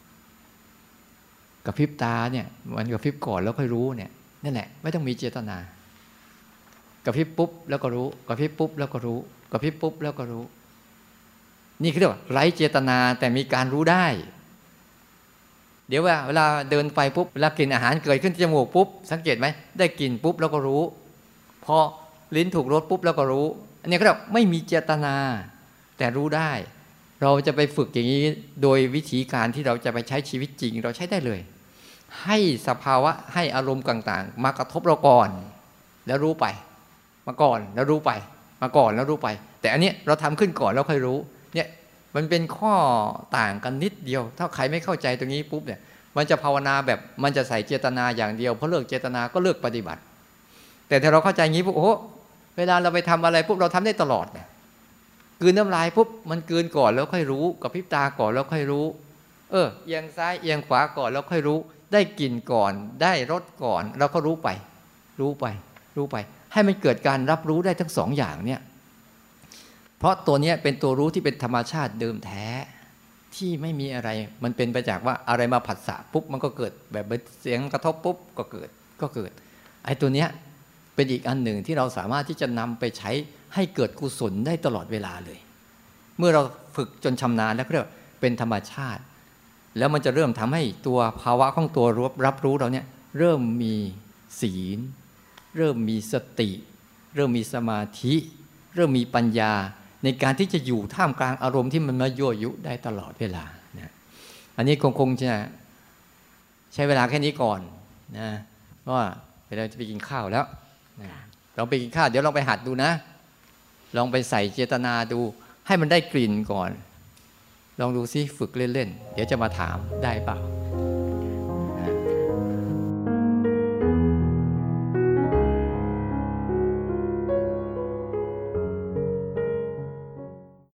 กระพริบตาเนี่ยมันกระพริบก่อนแล้วค่อยรู้เนี่ยนั่นแหละไม่ต้องมีเจตนากระพริบปุ๊บแล้วก็รู้กระพริบปุ๊บแล้วก็รู้กระพริบปุ๊บแล้วก็รู้นี่คือเรียกว่าไร้เจตนาแต่มีการรู้ได้เดี๋ยวว่าเวลาเดินไปปุ๊บเวลากินอาหารเกิดขึ้นที่จมูกปุ๊บสังเกตไหมได้กลิ่นปุ๊บแล้วก็รู้พอลิ้นถูกรสปุ๊บแล้วก็รู้อันนี้ก็เรียกไม่มีเจตนาแต่รู้ได้เราจะไปฝึกอย่างนี้โดยวิธีการที่เราจะไปใช้ชีวิตจริงเราใช้ได้เลยให้สภาวะให้อารมณ์ต่างๆมากระทบเราก่อนแล้วรู้ไปมาก่อนแล้วรู้ไปมาก่อนแล้วรู้ไปแต่อันนี้เราทำขึ้นก่อนแล้วค่อยรู้เนี่ยมันเป็นข้อต่างกันนิดเดียวถ้าใครไม่เข้าใจตรงนี้ปุ๊บเนี่ยมันจะภาวนาแบบมันจะใส่เจตนาอย่างเดียวพอเลิกเจตนาก็เลิกปฏิบัติแต่ถ้าเราเข้าใจงี้ปุ๊บโอ้เวลาเราไปทำอะไรปุ๊บเราทำได้ตลอดเนี่ยกลืนน้ำลายปุ๊บมันกลืนก่อนแล้วค่อยรู้กับพริบตาก่อนแล้วค่อยรู้เอียงซ้ายเอียงขวาก่อนแล้วค่อยรู้ได้กลิ่นก่อนได้รสก่อนแล้วก็รู้ไปรู้ไปรู้ไปให้มันเกิดการรับรู้ได้ทั้งสองอย่างเนี่ยเพราะตัวนี้เป็นตัวรู้ที่เป็นธรรมชาติเดิมแท้ที่ไม่มีอะไรมันเป็นไปจากว่าอะไรมาผัสสะปุ๊บมันก็เกิดแบบเสียงกระทบปุ๊บก็เกิดไอ้ตัวเนี้ยเป็นอีกอันหนึ่งที่เราสามารถที่จะนำไปใช้ให้เกิดกุศลได้ตลอดเวลาเลยเมื่อเราฝึกจนชำนาญแล้วเรียกว่าเป็นธรรมชาติแล้วมันจะเริ่มทำให้ตัวภาวะของตัวรับรู้เราเนี่ยเริ่มมีศีลเริ่มมีสติเริ่มมีสมาธิเริ่มมีปัญญาในการที่จะอยู่ท่ามกลางอารมณ์ที่มันมายั่วยุได้ตลอดเวลานะอันนี้คงจะใช้เวลาแค่นี้ก่อนนะเพราะว่าเวลาจะไปกินข้าวแล้วนะลองไปกินข้าวเดี๋ยวลองไปหัดดูนะลองไปใส่เจตนาดูให้มันได้กลิ่นก่อนลองดูซิฝึกเล่นๆเดี๋ยวจะมาถามได้เปล่า